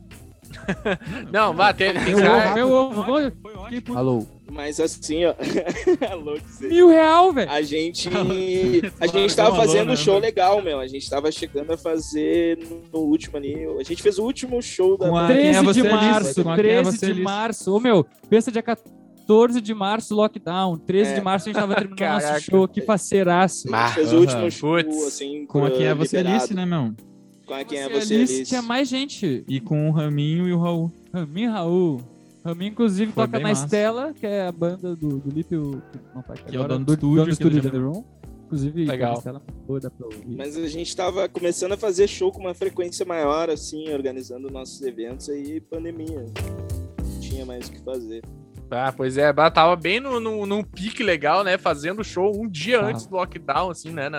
Não, vai, tem Meu cara... ovo, meu ovo. vamos- Foi ótimo. Alô. Mas assim, ó. Alô, dizer. R$1.000, velho. A gente Claro, tava alô, fazendo né, um show mano? legal, meu. A gente tava chegando a fazer no último ali. A gente fez o último show da Com a- banda. Quem é 13 de você, Alice? março, Com a quem é 13 você, de Alice? março. Ô, meu, pensa dia 14 de março, lockdown. 13 É. de março a gente tava terminando Caraca. nosso show aqui, faceiraço. A gente fez o Aham. último show, Putz. assim. Com a Quem é você, liberado. Alice, né, meu? Com a Quem é Você, você, Alice, Alice. tinha mais gente. E com o Raminho e o Raul. Raminho e Raul. Raminho, inclusive, Foi toca bem na massa. Estela, que é a banda do Lipe, não tá aqui Que é o agora, dono do estúdio aqui estúdio do The Room. Inclusive, Legal. a Estela é boa, dá pra ouvir. Mas a gente tava começando a fazer show com uma frequência maior, assim, organizando nossos eventos aí, pandemia. Não tinha mais o que fazer. Ah, pois é, tava bem num pique legal, né? Fazendo show um dia antes do lockdown, assim, né?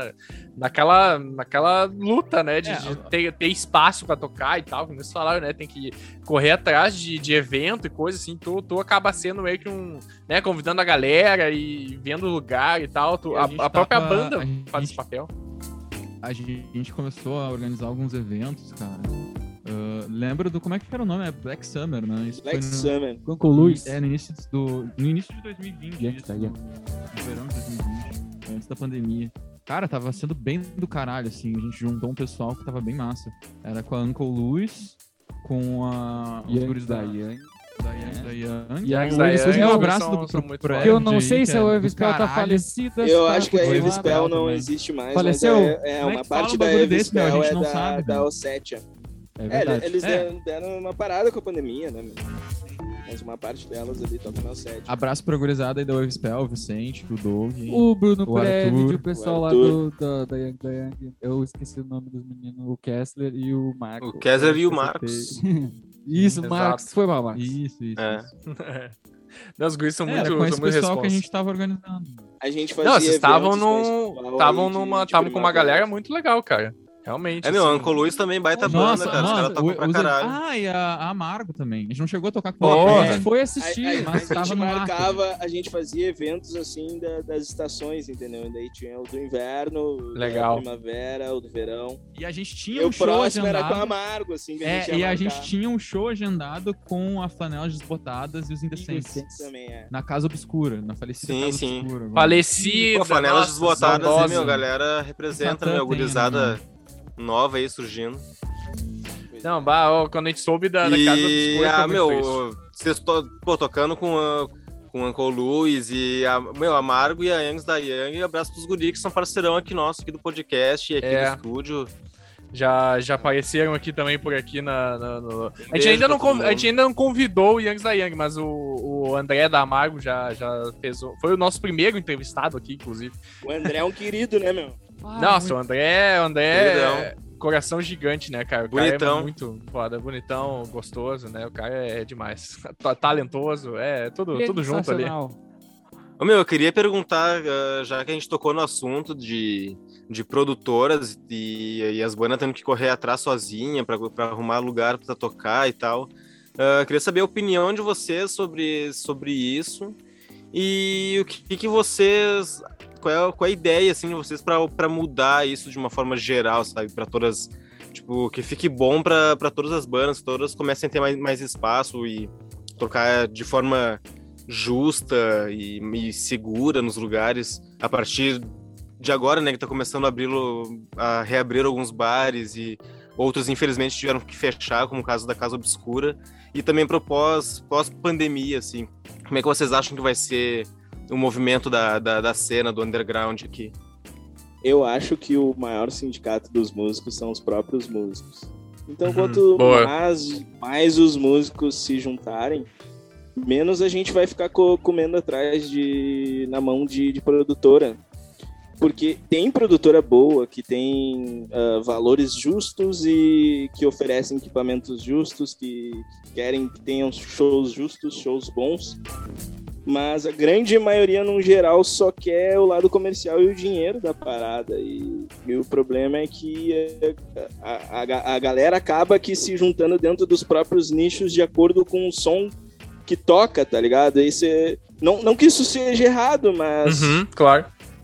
Naquela luta, né? De ter espaço pra tocar e tal, como vocês falaram, né? Tem que correr atrás de evento e coisa assim. Tu acaba sendo meio que né? Convidando a galera e vendo o lugar e tal. E a gente A própria tava- banda a gente- faz esse papel. A gente começou a organizar alguns eventos, cara. Lembro como é que era o nome? É Black Summer, né? Isso Black foi Summer. Com Luz. no início de 2020. Yankee, Isso, tá, no Yankee. verão de 2020, antes da pandemia. Cara, tava sendo bem do caralho, assim. A gente juntou um pessoal que tava bem massa. Era com a Uncle Luz, com os guris da Young. E a Young Inclusive, um Young abraço são pro muito pro foda. Que eu Ed não aí, sei que se é a do Evispel tá caralho. falecida. Eu tá acho que a continuada. Evispel não também. existe mais, Faleceu? mas Como é uma que fala parte um da bagulho desse, meu? A Evispel gente é não sabe, da meu. Ossétia. É verdade. Eles É. deram uma parada com a pandemia, né, meu? Mas uma parte delas ali toca na Ossétia. Abraço pra gurizada aí da UFSPEL, o Vicente, o Doug. O Bruno O Previ, Arthur. o pessoal O lá Arthur. da Young. Eu esqueci o nome dos meninos. O Kessler e o Marcos. O Kessler e o Eu Marcos. acertei. Isso, Exato. Marcos. Foi mal, Marcos. Isso. É. Não, os guris são Era muito, com esse são muito pessoal que a responsa. gente tava organizando. A gente fazia Não, vocês estavam eventos com esse pessoal aí estavam com uma galera primavera. muito legal, cara. Realmente. É, meu, assim. Uncle Luiz também baita banda, cara. Os caras tocam pra caralho. E a Amargo também. A gente não chegou a tocar com Porra. ela. A gente foi assistir. A mas tava gente no ar, marcava, a gente fazia eventos assim das estações, entendeu? E daí tinha o do inverno, o Legal. da primavera, o do verão. E a gente tinha E um o show próximo era com a agendado. Amargo, assim, que a gente E ia a gente marcar. tinha um show agendado com a Flanelas Desbotadas e os Indecentes. Indecentes. Também é. Na Casa Obscura, na falecida Sim, Casa sim. Obscura. agora. Falecida. Pô, Flanelas nossa, Desbotadas, saudosa. meu, galera representa, Satã meu, tem, gurizada né, nova aí surgindo. Não, quando a gente soube da Casa Obscura, foi muito meu, isso. vocês tocando com com o Uncle Luiz e a Margo e a Youngs da Young. E abraço pros guri que são parceirão aqui nosso, aqui do podcast e aqui do estúdio. Já apareceram aqui também por aqui no... A gente ainda não convidou o Youngs da Young, mas o André da Amargo já fez. Foi o nosso primeiro entrevistado aqui, inclusive. O André é um querido, né, meu? Nossa, o André coração gigante, né, cara? O bonitão. cara é muito foda, bonitão, gostoso, né? O cara é demais. Talentoso, tudo junto ali. Ô, meu, eu queria perguntar, já que a gente tocou no assunto de produtoras e as bandas tendo que correr atrás sozinha pra arrumar lugar pra tocar e tal, queria saber a opinião de vocês sobre isso e o que vocês... Qual é a ideia, assim, de vocês pra mudar isso de uma forma geral, sabe? Pra todas... Tipo, que fique bom pra todas as bandas, que todas comecem a ter mais espaço e tocar de forma justa e segura nos lugares. A partir de agora, né, que tá começando a reabrir alguns bares e outros, infelizmente, tiveram que fechar, como o caso da Casa Obscura. E também pós-pandemia, assim. Como é que vocês acham que vai ser o movimento da cena, do underground aqui? Eu acho que o maior sindicato dos músicos são os próprios músicos. Então, quanto mais os músicos se juntarem, menos a gente vai ficar comendo atrás na mão de produtora. Porque tem produtora boa, que tem valores justos e que oferecem equipamentos justos, que querem que tenham shows justos, shows bons. Mas a grande maioria, no geral, só quer o lado comercial e o dinheiro da parada. E o problema é que a galera acaba aqui se juntando dentro dos próprios nichos de acordo com o som que toca, tá ligado? Não que isso seja errado, mas... claro.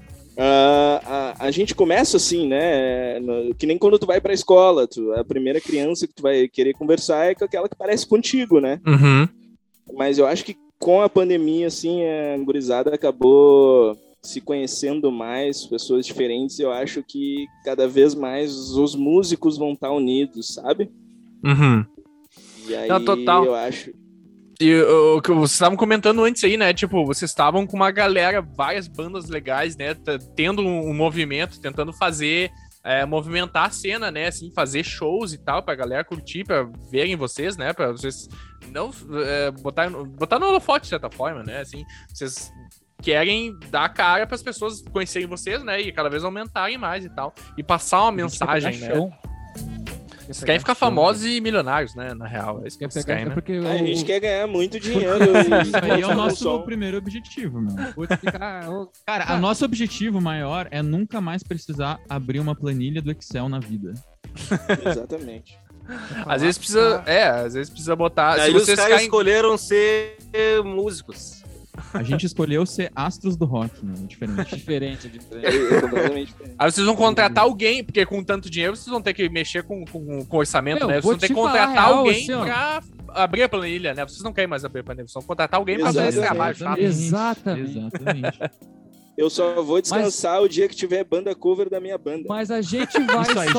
A gente começa assim, né? Que nem quando tu vai pra escola. A primeira criança que tu vai querer conversar é com aquela que parece contigo, né? Mas eu acho que com a pandemia, assim, a gurizada acabou se conhecendo mais, pessoas diferentes. Eu acho que cada vez mais os músicos vão estar unidos, sabe? E aí, total. Eu acho... E o que vocês estavam comentando antes aí, né? Tipo, vocês estavam com uma galera, várias bandas legais, né? Tendo um movimento, tentando fazer... movimentar a cena, né, assim, fazer shows e tal, pra galera curtir, pra verem vocês, né, pra vocês não botar no holofote, de certa forma, né, assim, vocês querem dar a cara pras pessoas conhecerem vocês, né, e cada vez aumentarem mais e tal, e passar uma mensagem, né. Vocês querem ficar famosos e milionários, né, na real, é isso que vocês querem, né. A gente quer ganhar muito dinheiro. Isso aí é o nosso primeiro objetivo, meu. Cara, o nosso objetivo maior é nunca mais precisar abrir uma planilha do Excel na vida. Exatamente. Às vezes precisa botar... Aí os caras escolheram ser músicos. A gente escolheu ser astros do rock, né? Diferente. É completamente diferente. Aí vocês vão contratar alguém, porque com tanto dinheiro vocês vão ter que mexer com orçamento, né? Vocês vão ter que contratar alguém assim, pra abrir a planilha, né? Vocês não querem mais abrir a planilha, vocês vão contratar alguém pra fazer esse trabalho, sabe? Exatamente. Eu só vou descansar o dia que tiver banda cover da minha banda. Mas a gente vai Isso aí só...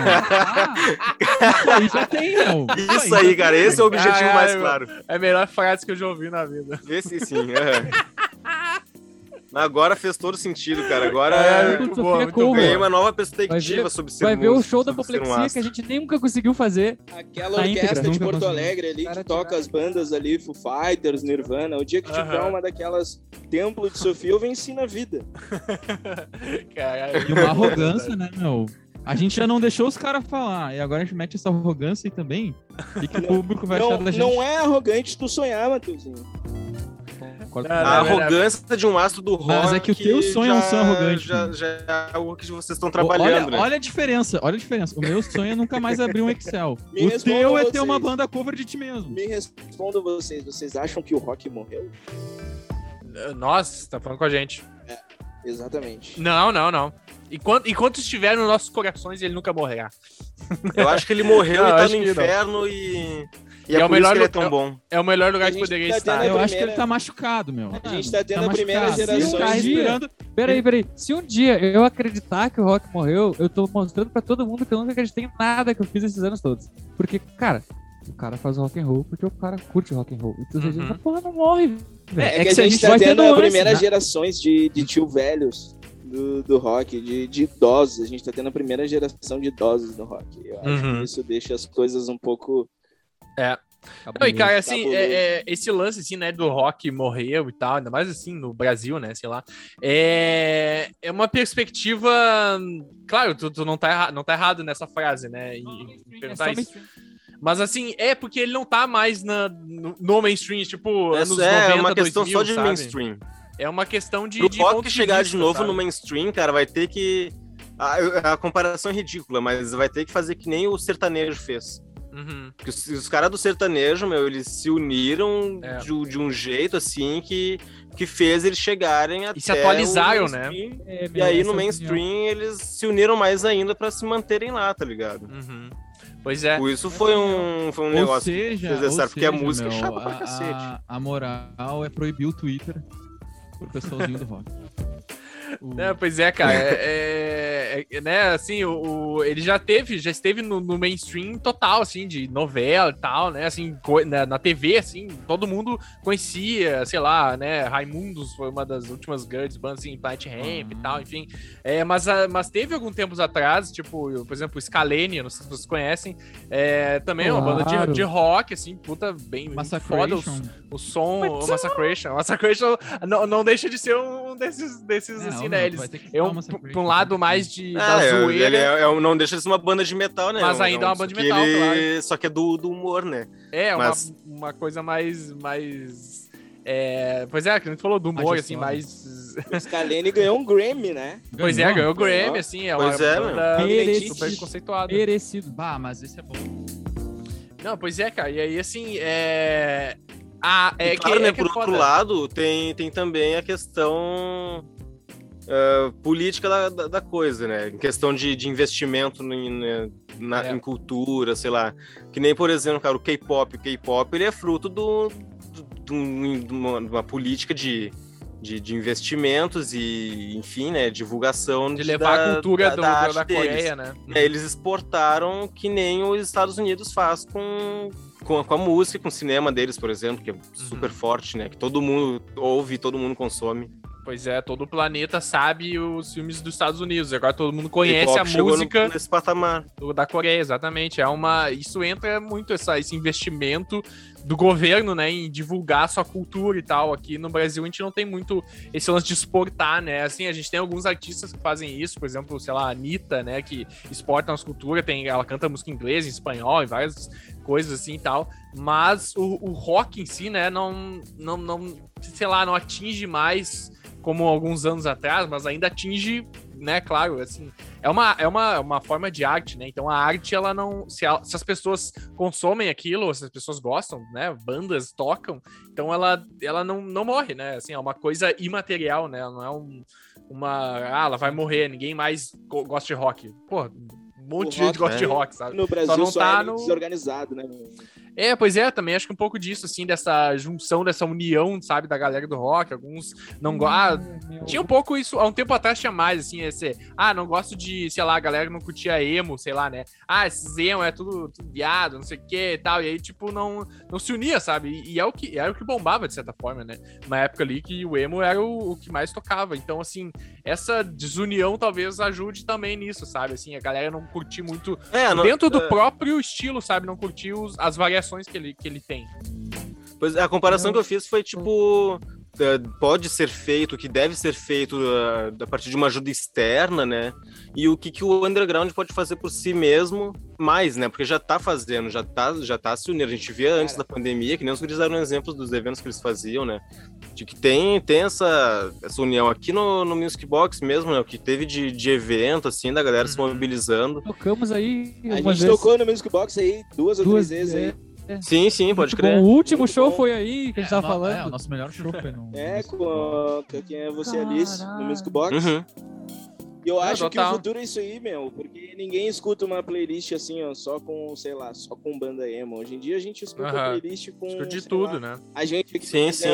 Isso aí já tem, não. Isso aí, cara. Esse é o objetivo mais claro. É a melhor frase que eu já ouvi na vida. Esse sim, Agora fez todo sentido, cara. Agora ganhei uma nova perspectiva sobre ser Vai ver o show da Apoplexia que a gente nunca conseguiu fazer. Aquela orquestra de Porto Alegre ali, que toca as bandas ali, Foo Fighters, Nirvana. O dia que tiver uma daquelas Templo de Sofia, eu venci na vida. Caralho. E uma arrogância, né, meu? A gente já não deixou os caras falar, e agora a gente mete essa arrogância aí também, e que o público vai achar da gente. Não é arrogante tu sonhar, Matheusinho. A arrogância de um astro do rock. Mas é que o teu sonho é um sonho arrogante. Já é algo que vocês estão trabalhando, né? Olha a diferença. O meu sonho é nunca mais abrir um Excel. O teu é ter uma banda cover de ti mesmo. Me respondam vocês. Vocês acham que o rock morreu? Nossa, tá falando com a gente. Exatamente. Não. Enquanto estiver nos nossos corações, ele nunca morrerá. Eu acho que ele morreu e tá no inferno e é por isso que ele é tão bom. É o melhor lugar que poderia estar. Eu acho que ele tá machucado, meu. A gente tá tendo a primeira geração. Peraí. Se um dia eu acreditar que o rock morreu, eu tô mostrando pra todo mundo que eu nunca acreditei em nada que eu fiz esses anos todos. Porque, cara, O cara faz rock and roll porque o cara curte rock and roll. Então você diz, essa porra não morre, velho. É que a gente tá tendo as primeiras gerações de tio velhos do rock, de idosos. A gente tá tendo a primeira geração de idosos no rock. Eu acho que isso deixa as coisas um pouco... Não, e cara, assim, esse lance, assim, né, do rock morreu e tal, ainda mais, assim, no Brasil, né, sei lá, é uma perspectiva... Claro, tu não tá errado nessa frase, né, em perguntar isso. Mas, assim, porque ele não tá mais no mainstream, tipo, anos 90, é uma questão 2000, só de sabe? mainstream. É uma questão de... Pro rock chegar de novo sabe? no mainstream, cara, vai ter que... A comparação é ridícula, mas vai ter que fazer que nem o sertanejo fez. Porque os caras do sertanejo, meu, eles se uniram de um jeito, assim, que fez eles chegarem até... E se atualizaram, né? E aí, no mainstream, eles se uniram mais ainda pra se manterem lá, tá ligado? Pois é. Por isso foi um negócio que fez essa, porque a música é chata pra cacete. A moral é proibir o Twitter pro pessoalzinho do rock. Pois é, cara. Né, assim, ele já esteve no mainstream total, assim, de novela e tal, né, assim, na TV, assim, todo mundo conhecia, sei lá, né, Raimundos foi uma das últimas grandes bandas, assim, Planet Hemp e tal, enfim. Mas teve alguns tempos atrás, tipo, por exemplo, Scalene, não sei se vocês conhecem, também é uma banda de rock, assim, puta, bem foda o som, o Massacration. Massacration não deixa de ser um desses assim, né? Eles pra um lado mais da zoeira. Ele não deixa de ser uma banda de metal, né? Mas ainda é uma banda de metal, claro. Só que é do humor, né? Uma coisa mais... Pois é, que a gente falou do humor, assim, mais... O Scalene ganhou um Grammy, né? Pois ganhou o Grammy, assim, é uma banda super conceituada. Merecido. Mas esse é bom. Não, pois é, cara, e aí, assim, claro, né, por outro lado, tem também a questão política da coisa, né? Em questão de investimento em cultura, sei lá. Que nem, por exemplo, cara, o K-pop. O K-pop, ele é fruto de uma política de investimentos e, enfim, né, divulgação de levar a cultura da Coreia, deles, né? Eles exportaram que nem os Estados Unidos faz com a música, com o cinema deles, por exemplo, que é super forte, né? Que todo mundo ouve, todo mundo consome. Pois é, todo o planeta sabe os filmes dos Estados Unidos. Agora todo mundo conhece a música nesse patamar da Coreia, exatamente. Isso entra muito esse investimento do governo, né, em divulgar sua cultura e tal. Aqui no Brasil a gente não tem muito esse lance de exportar, né? Assim, a gente tem alguns artistas que fazem isso, por exemplo, sei lá, a Anitta, né, que exporta nossa cultura, ela canta música em inglês, em espanhol, em várias coisas assim e tal. Mas o rock em si, né, não sei lá, não atinge mais como alguns anos atrás, mas ainda atinge, né, claro, assim, é uma forma de arte, né, então a arte, ela não, se as pessoas consomem aquilo, se as pessoas gostam, né, bandas tocam, então ela não morre, né, assim, é uma coisa imaterial, né, não é ela vai morrer, ninguém mais gosta de rock, pô, um monte de gente gosta de rock, sabe? No Brasil só é desorganizado, né? Pois é, também acho que um pouco disso, assim, dessa junção, dessa união, sabe, da galera do rock, alguns não gostam, tinha um pouco isso, há um tempo atrás tinha mais, assim, não gosto de, sei lá, a galera não curtia emo, sei lá, né, esses emo é tudo viado, não sei o que e tal, e aí, tipo, não se unia, sabe, e era o que bombava, de certa forma, né, uma época ali que o emo era o que mais tocava, então, assim, essa desunião talvez ajude também nisso, sabe, assim, a galera não curtir muito, dentro do próprio estilo, sabe, não curtir as variações que ele tem. Pois a comparação que eu fiz foi tipo, pode ser feito, o que deve ser feito a partir de uma ajuda externa, né? E o que o underground pode fazer por si mesmo mais, né? Porque já tá fazendo, já tá se unindo. A gente via antes da pandemia, que nem os guris deram exemplos dos eventos que eles faziam, né? De que tem essa união aqui no Music Box mesmo, né? O que teve de evento, assim, da galera se mobilizando. Tocamos aí. A gente tocou no Music Box aí duas ou três vezes aí. Sim, pode crer. O último show foi aí que a gente tava falando. O nosso melhor show foi no... com quem é você, Alice, no Music Box. E eu acho que o futuro é isso aí, meu, porque ninguém escuta uma playlist assim, ó, só com banda emo. Hoje em dia a gente escuta playlist com... Escuta de tudo, né? A gente aqui, sim.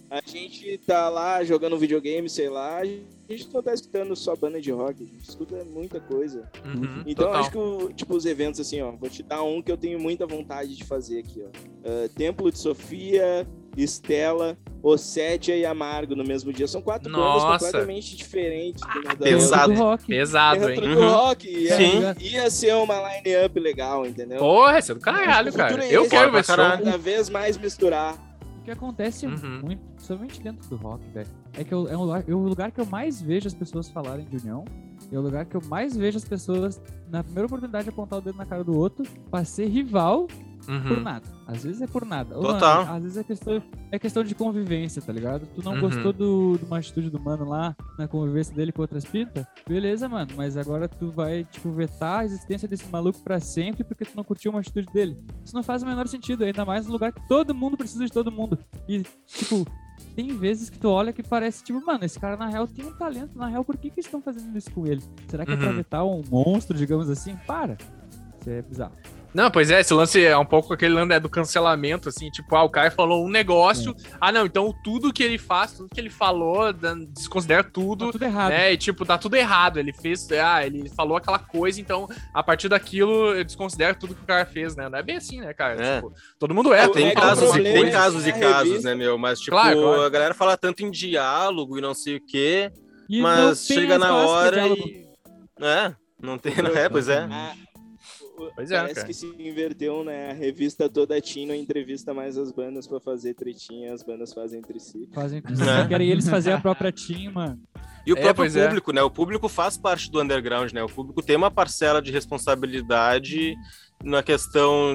A gente tá lá jogando videogame, sei lá, a gente não tá escutando só banda de rock, a gente escuta muita coisa. Uhum, Então total. acho que tipo, os eventos assim, ó, vou te dar um que eu tenho muita vontade de fazer aqui, ó. Templo de Sofia, Estela, Ossétia e Amargo no mesmo dia. São 4 bandas Nossa. completamente diferentes. pesado. Do rock. Pesado, hein? Dentro do rock. Sim. Ia ser uma line-up legal, entendeu? Porra, isso é do caralho, O futuro cara. é Eu esse, quero pra ver show. caralho. Cada vez mais misturar. O que acontece Uhum. muito, somente dentro do rock, velho, é que é o lugar que eu mais vejo as pessoas falarem de união, é o lugar que eu mais vejo as pessoas, na primeira oportunidade, apontar o dedo na cara do outro pra ser rival por Uhum. nada. Às vezes é por nada. Ou, Total. mano, às vezes é questão de convivência, tá ligado? Tu não Uhum. gostou de uma atitude do mano lá, na convivência dele com outras pintas? Beleza, mano, mas agora tu vai, tipo, vetar a existência desse maluco pra sempre porque tu não curtiu uma atitude dele. Isso não faz o menor sentido, ainda mais no lugar que todo mundo precisa de todo mundo. E, tipo, tem vezes que tu olha que parece, tipo, mano, esse cara na real tem um talento, na real, por que eles estão fazendo isso com ele? Será que é pra Uhum. vetar um monstro, digamos assim? Para! Isso é bizarro. Não, pois é, esse lance é um pouco aquele lance do cancelamento, assim, tipo, o cara falou um negócio, não, então tudo que ele faz, tudo que ele falou, desconsidera tudo, Tá tudo errado. né, e tipo, tá tudo errado, ele fez, ele falou aquela coisa, então, a partir daquilo, eu desconsidero tudo que o cara fez, né, não é bem assim, né, cara, É. tipo, todo mundo é, Tem É que o casos, problema tem é casos que e a casos, revista- né, meu? Mas, tipo, Claro. a galera fala tanto em diálogo e não sei o quê, E mas não tem chega na espaço pra hora diálogo. e... não tem, pois é. Ah, Pois é, parece cara. que se inverteu, né? A revista toda teen não entrevista mais as bandas pra fazer tretinha, as bandas fazem entre si. Fazem Né? querem eles fazer a própria team, mano. E o próprio pois é. público, né? O público faz parte do underground, né? O público tem uma parcela de responsabilidade na questão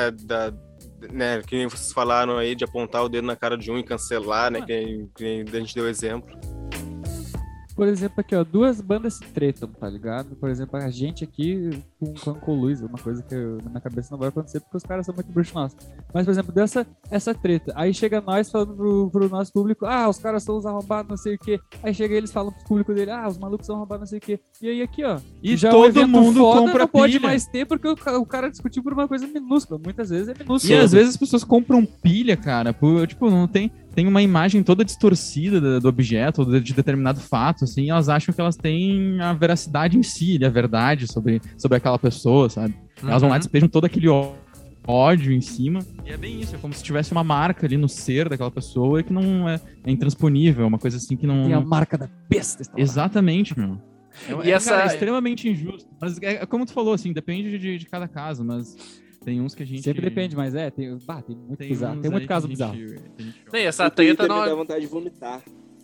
né, que nem vocês falaram aí, de apontar o dedo na cara de um e cancelar, né? Que a gente deu exemplo. Por exemplo, aqui, ó, 2 bandas se tretam, tá ligado? Por exemplo, a gente aqui com o Luiz, uma coisa que na minha cabeça não vai acontecer porque os caras são muito bruxos nossos. Mas, por exemplo, essa treta. Aí chega nós falando pro nosso público, os caras são os arrombados, não sei o quê. Aí chega eles falam pro público dele, os malucos são arrombados, não sei o quê. E aí aqui, ó. E já todo o evento mundo foda compra não pode pilha. mais ter porque o cara discutiu por uma coisa minúscula. Muitas vezes é minúscula. E às vezes as pessoas compram pilha, cara, tipo, não tem uma imagem toda distorcida do objeto, ou de determinado fato, assim, e elas acham que elas têm a veracidade em si, a verdade sobre aquela pessoa, sabe? Elas vão lá e despejam todo aquele ódio em cima, e é bem isso, é como se tivesse uma marca ali no ser daquela pessoa que não é intransponível, uma coisa assim que não... Tem a marca da besta. está lá. Exatamente, meu. E essa- cara, é extremamente injusto. Mas é como tu falou, assim, depende de cada caso, mas tem uns que a gente... Sempre depende, mas tem muito bizarro. uns Tem muito aí caso que a bizarro. gente- E essa O Twitter treta me dá não... vontade de vomitar.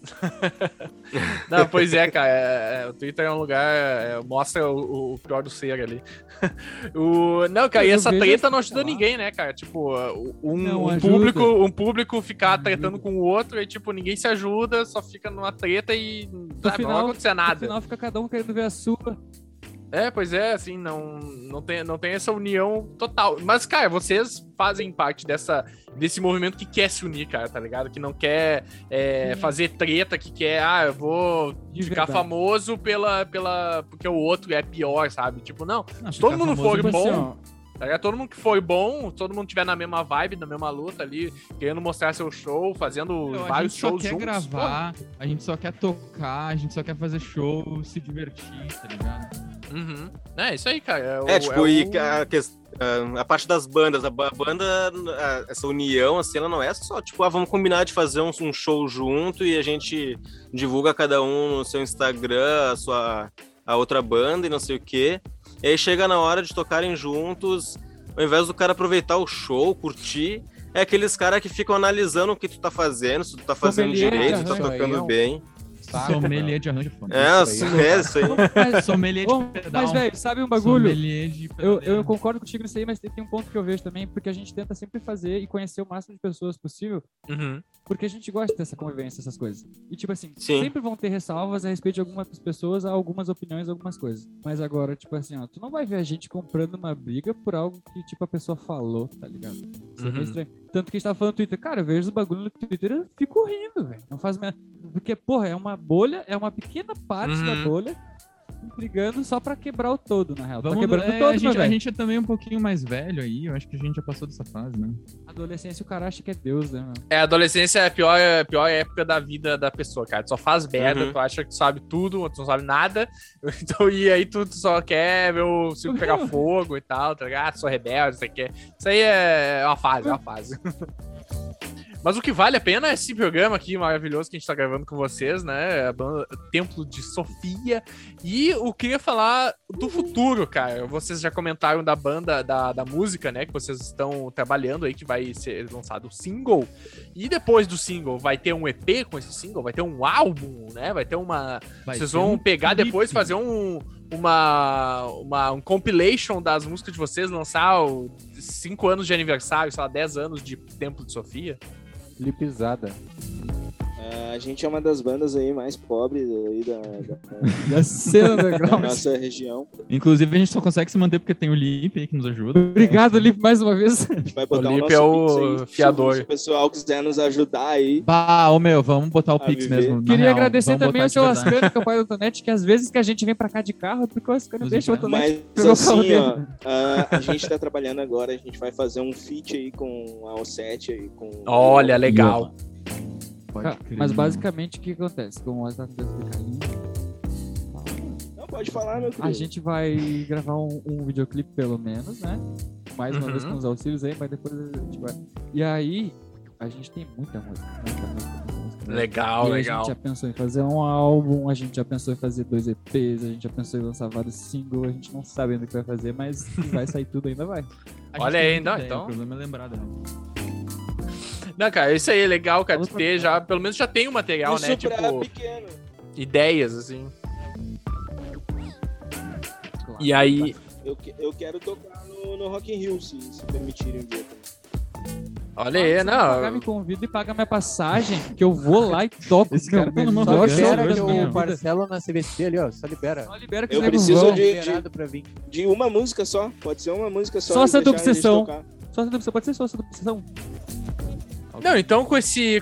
Não, pois é, cara. O Twitter é um lugar. Mostra o pior do ser ali. Não, cara, e Eu essa vejo treta não assim, ajuda sei lá. ninguém, né, cara? Tipo, Não um ajuda. público ficar tretando com o outro e, tipo, ninguém se ajuda, só fica numa treta e não vai acontecer No nada. final fica cada um querendo ver a sua. Pois é, assim, não tem essa união total. Mas, cara, vocês fazem parte desse movimento que quer se unir, cara, tá ligado? Que não quer fazer treta, que quer, eu vou De ficar verdade. famoso porque o outro é pior, sabe? Tipo, não, Não, se todo ficar mundo famoso for é bom, assim, ó, tá ligado? Todo mundo que for bom, todo mundo tiver na mesma vibe, na mesma luta ali, querendo mostrar seu show, fazendo A vários gente só shows quer juntos. gravar, a gente só quer tocar, a gente só quer fazer show, se divertir, tá ligado? Uhum. É, isso aí, cara. A parte das bandas, a banda, essa união, assim, ela não é só, tipo, vamos combinar de fazer um show junto e a gente divulga cada um no seu Instagram, a outra banda e não sei o quê. E aí chega na hora de tocarem juntos, ao invés do cara aproveitar o show, curtir, é aqueles caras que ficam analisando o que tu tá fazendo, se tu tá fazendo Sommelier, direito, se tu tá arranjo aí, tocando bem. Sommelier de arranjo foda. Isso aí. Mas, Sommelier de Ô, pedal. mas, velho, sabe um bagulho? Sommelier de Eu pedaleiro. concordo contigo nisso aí, mas tem um ponto que eu vejo também, porque a gente tenta sempre fazer e conhecer o máximo de pessoas possível, Uhum. porque a gente gosta dessa convivência, essas coisas. E, tipo assim, Sim. sempre vão ter ressalvas a respeito de algumas pessoas, algumas opiniões, algumas coisas. Mas agora, tipo assim, tu não vai ver a gente comprando uma briga por algo que, tipo, a pessoa falou, tá ligado? Isso é meio Uhum. estranho. Tanto que a gente tava falando no Twitter, cara, eu vejo os bagulho no Twitter e eu fico rindo, velho. Não faz merda. Porque, porra, é uma bolha, é uma pequena parte Uhum. da bolha. brigando só pra quebrar o todo, na real. Tá Vamos, quebrando o todo, a meu velho. gente é também um pouquinho mais velho aí, eu acho que a gente já passou dessa fase, né? Adolescência, o cara acha que é Deus, né, mano? A adolescência é a pior época da vida da pessoa, cara. Tu só faz merda, Uhum. tu acha que tu sabe tudo, tu não sabe nada. Então, e aí tu só quer ver o circo pegar fogo e tal, tá ligado? Sou rebelde, isso aqui. Isso aí é uma fase, Mas o que vale a pena é esse programa aqui maravilhoso que a gente tá gravando com vocês, né? A banda Templo de Sofia. E eu queria falar do futuro, cara. Vocês já comentaram da banda, da música, né? Que vocês estão trabalhando aí, que vai ser lançado o single. E depois do single, vai ter um EP com esse single? Vai ter um álbum, né? Vai ter uma... Vocês vão pegar depois, fazer um compilation das músicas de vocês, lançar 5 anos de aniversário, sei lá, 10 anos de Templo de Sofia. Lipizada. A gente é uma das bandas aí mais pobres aí Da cena da underground. nossa região. Inclusive, a gente só consegue se manter porque tem o Lipe aí que nos ajuda. Obrigado, Lipe, mais uma vez. A gente vai botar O o Lipe nosso é o Pix aí. fiador. Se o pessoal quiser nos ajudar aí. Bah, vamos botar o Pix viver. mesmo. na Queria real, agradecer vamos também botar ao seu de verdade. Ascano, que é o pai do Antonete, que às vezes que a gente vem pra cá de carro, é porque o Ascano Nos deixa o empresta. Antonete Mas pegar o carro assim, dele. ó, a gente tá trabalhando agora, a gente vai fazer um feat aí com a O7 aí, com... Olha, legal. Pode Cara, crer, mas mano. basicamente o que acontece? Com o Ascano do Carlinhos, Não, pode falar, meu querido. a gente vai gravar um videoclipe pelo menos, né? Mais uma Uhum. vez com os auxílios aí, mas depois a gente vai. E aí, a gente tem muita música. Legal, E a legal. gente já pensou em fazer um álbum, a gente já pensou em fazer 2 EPs, a gente já pensou em lançar vários singles, a gente não sabe ainda o que vai fazer, mas que vai sair tudo ainda vai. A gente Olha tem aí, muita não, ideia, então. O problema é lembrar dela. Não, cara, isso aí é legal, cara. Tu Outra ter coisa. já, pelo menos já tem um material, Isso né? pra Tipo, pequeno. ideias, assim. Claro. E aí. Eu quero tocar no Rock in Rio, se permitirem um dia também. Olha Se aí, você pagar, não. me convida e paga minha passagem, que eu vou lá e toco. Esse cara tá numa Só melhor vacança show libera hoje, que da né? minha eu vida. parcelo na CVC ali, ó. Só libera. Só libera que Eu os negros preciso vão. de- Liberado pra vir. De uma música só, pode ser uma música só. Só e essa do deixar a gente Obsessão. tocar. Só você pode ser só essa obsessão. Não, então com esse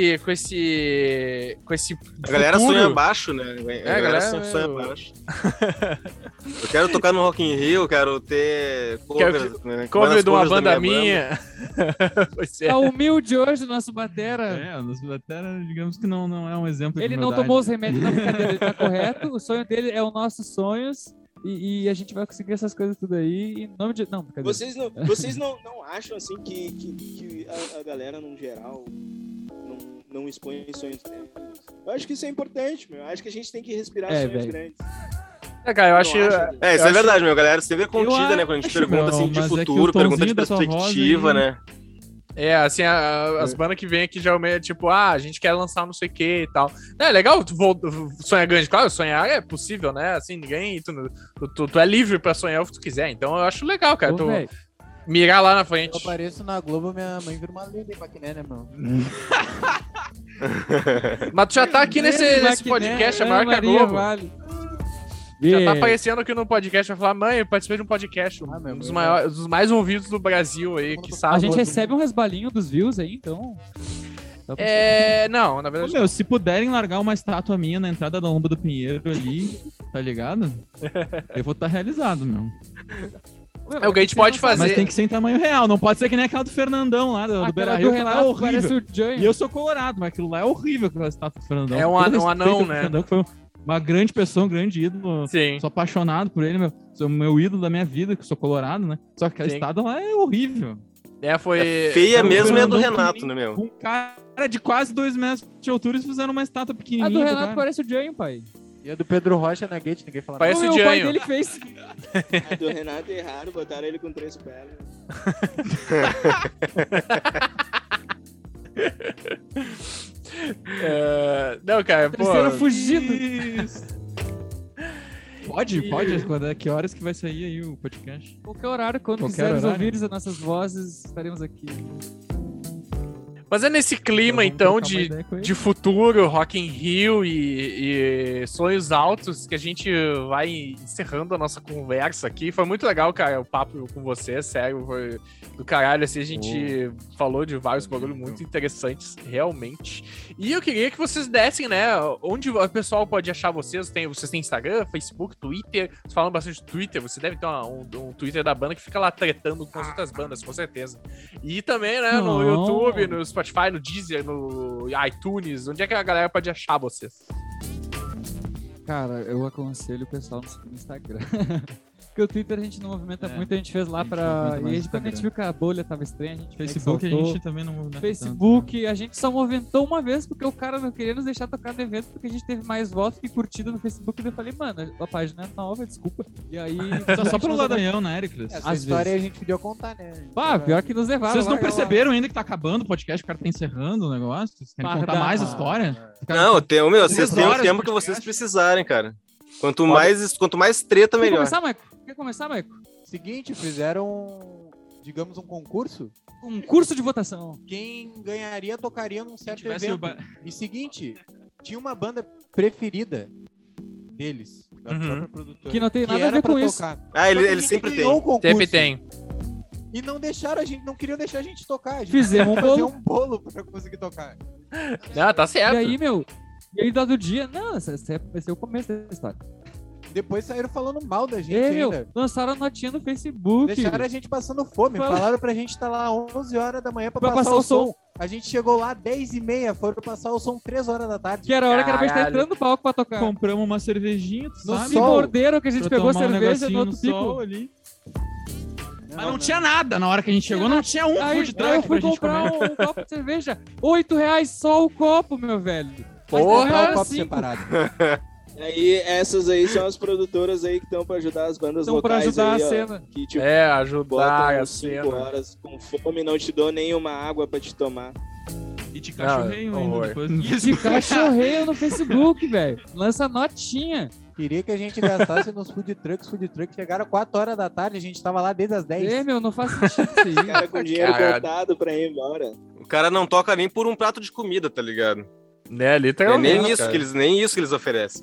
A galera futuro- sonha baixo, né? A galera sonha eu- baixo. Eu quero tocar no Rock in Rio, quero ter covers, né? Cover várias de uma covers da banda minha. Pois é. Tá humilde hoje o nosso batera. É, o nosso batera, digamos que não é um exemplo de Ele não humildade. tomou os remédios na brincadeira, ele tá correto. O sonho dele é os nossos sonhos. E a gente vai conseguir essas coisas tudo aí. Em nome de. Não, brincadeira. Vocês não acham assim que a galera, no geral, não expõe sonhos grandes? Eu acho que isso é importante, meu. Eu acho que a gente tem que respirar sonhos velho. grandes. É, cara, eu acho. Não acha? É, isso Eu é verdade, meu. A galera sempre é contida, Eu né? Quando a gente acho, pergunta meu, assim de mas é que futuro, o pergunta de tonzinho da tua voz perspectiva, aí- né? É, assim, as bandas que vêm aqui geralmente é tipo, a gente quer lançar não sei o que e tal. É legal sonhar grande, claro, sonhar é possível, né? Assim, ninguém. Tu é livre pra sonhar o que tu quiser. Então eu acho legal, cara. Ô, Tu velho, mirar lá na Eu frente. apareço na Globo, minha mãe vira uma linda em Maquiné, né, meu? Mas tu já tá aqui nesse Maquiné, podcast, é Ana maior que a Maria Globo. Vale. Já tá aparecendo aqui no podcast, vai falar, mãe, eu participei de um podcast, Ah, meu, um dos, meu. maiores, dos mais ouvidos do Brasil aí, que A sabe. gente recebe um resbalinho dos views aí, então. Dá pra- Não, na Ô, verdade. meu, se puderem largar uma estátua minha na entrada da Lomba do Pinheiro ali, tá ligado? Eu vou estar realizado, meu. É o que a gente pode fazer. Mas tem que ser em tamanho real, não pode ser que nem aquela do Fernandão lá, do Aquela Beira do Rio, que lá é Renato parece horrível. o Giant. E eu sou colorado, mas aquilo lá é horrível, aquela estátua do Fernandão. É um Com todo anão, respeito ao né? Fernandão, que foi uma grande pessoa, um grande ídolo. Sim. Sou apaixonado por ele, meu. Sou o meu ídolo da minha vida, que eu sou colorado, né? Só que aquela Sim. estátua lá é horrível. Foi. Feia O mesmo é a do Fernandão Renato, né, meu? Um cara de quase 2 metros de altura, eles fizeram uma estátua A pequenininha. do pro Renato cara. parece o Giant, pai. E a do Pedro Rocha na Gate, ninguém fala Parece nada. o O pai Giant. dele fez. A do Renato erraram, botaram ele com 3 pernas. Não, cara, pô. Terceiro fugido. Isso. Pode. Que horas que vai sair aí o podcast? Qualquer horário, quando Qualquer quisermos horário. ouvir as nossas vozes, estaremos aqui. Mas é nesse clima, Vamos então, trocar uma ideia com ele. de futuro, Rock in Rio e sonhos altos, que a gente vai encerrando a nossa conversa aqui. Foi muito legal, cara, o papo com você, sério, foi do caralho, assim, a gente falou de vários bagulhos muito interessantes, realmente. E eu queria que vocês dessem, né, onde o pessoal pode achar vocês. Vocês têm Instagram, Facebook, Twitter, vocês falam bastante de Twitter, você deve ter um Twitter da banda que fica lá tretando com as outras bandas, com certeza. E também, né, no YouTube, no Spotify, no Deezer, no iTunes, onde é que a galera pode achar vocês? Cara, eu aconselho o pessoal no Instagram. Porque o Twitter a gente não movimenta muito, a gente fez lá pra... movimenta mais E no quando a gente Instagram. viu que a bolha tava estranha, a gente Facebook a soltou. gente também não movimenta Facebook, a gente só movimentou uma vez porque o cara não queria nos deixar tocar no evento porque a gente teve mais votos que curtida no Facebook. E eu falei, mano, a página é nova, desculpa. E aí... tanto. Só pelo Laranjão, né, Ericles? Essa Às história vezes. a gente podia contar, né? Pior que nos levaram. Vocês não larga lá. perceberam ainda que tá acabando o podcast, o cara tá encerrando o negócio? Vocês querem contar Pardal. mais história? Não, vocês têm o horas tempo de que vocês podcast. precisarem, cara. Quanto mais treta, Quer melhor. começar, Maico? Quer começar, Maico? Seguinte, fizeram, digamos, um concurso. Um curso de votação. Quem ganharia tocaria num certo tivesse evento. o ba- E seguinte, tinha uma banda preferida deles, da Uhum. própria produtora. Que não tem nada a era ver pra com isso. tocar. Ah, Só que a ele gente sempre ganhou tem. o concurso. Sempre tem. E não deixaram a gente, não queriam deixar a gente tocar. A gente Fizemos um fazer bolo. um bolo pra conseguir tocar. Ah, tá certo. E aí, meu... E aí, dado dia... Não, esse vai ser o começo da história. Depois saíram falando mal da gente E, meu, ainda. lançaram a notinha no Facebook. Deixaram a gente passando fome. Fala- Falaram pra gente estar lá 11 horas da manhã pra Pra passar o som. A gente chegou lá 10h30, foram passar o som 3 horas da tarde. Que era a hora que era pra gente estar Caralho. entrando no palco pra tocar. Compramos uma cervejinha, tu No sabe? se morderam que a gente Pra pegou tomar um cerveja negocinho no outro no sol pico. ali. Mas não tinha nada. Na hora que a gente chegou, não tinha um Aí food eu truck pra fui gente comprar comer. um copo de cerveja. R$8 só o copo, meu velho. Mas Porra, Comprar compraram o copo cinco. separado. Aí, essas aí são as produtoras aí que estão pra ajudar as bandas Então, pra locais ajudar aí, a ó, cena. que tipo, Ajudar botam a 5 cena. horas com fome, não te dou nenhuma água pra te tomar. E de cachorreio ainda horror. depois. De cachorreio no Facebook, velho. Lança notinha. Queria que a gente gastasse nos food trucks. Food trucks chegaram 4 horas da tarde, a gente tava lá desde as 10. É, meu, não faz sentido isso aí. Cara com dinheiro Caralho. contado pra ir embora. O cara não toca nem por um prato de comida, tá ligado? Né, É literalmente. nem isso, cara. nem isso que eles oferecem.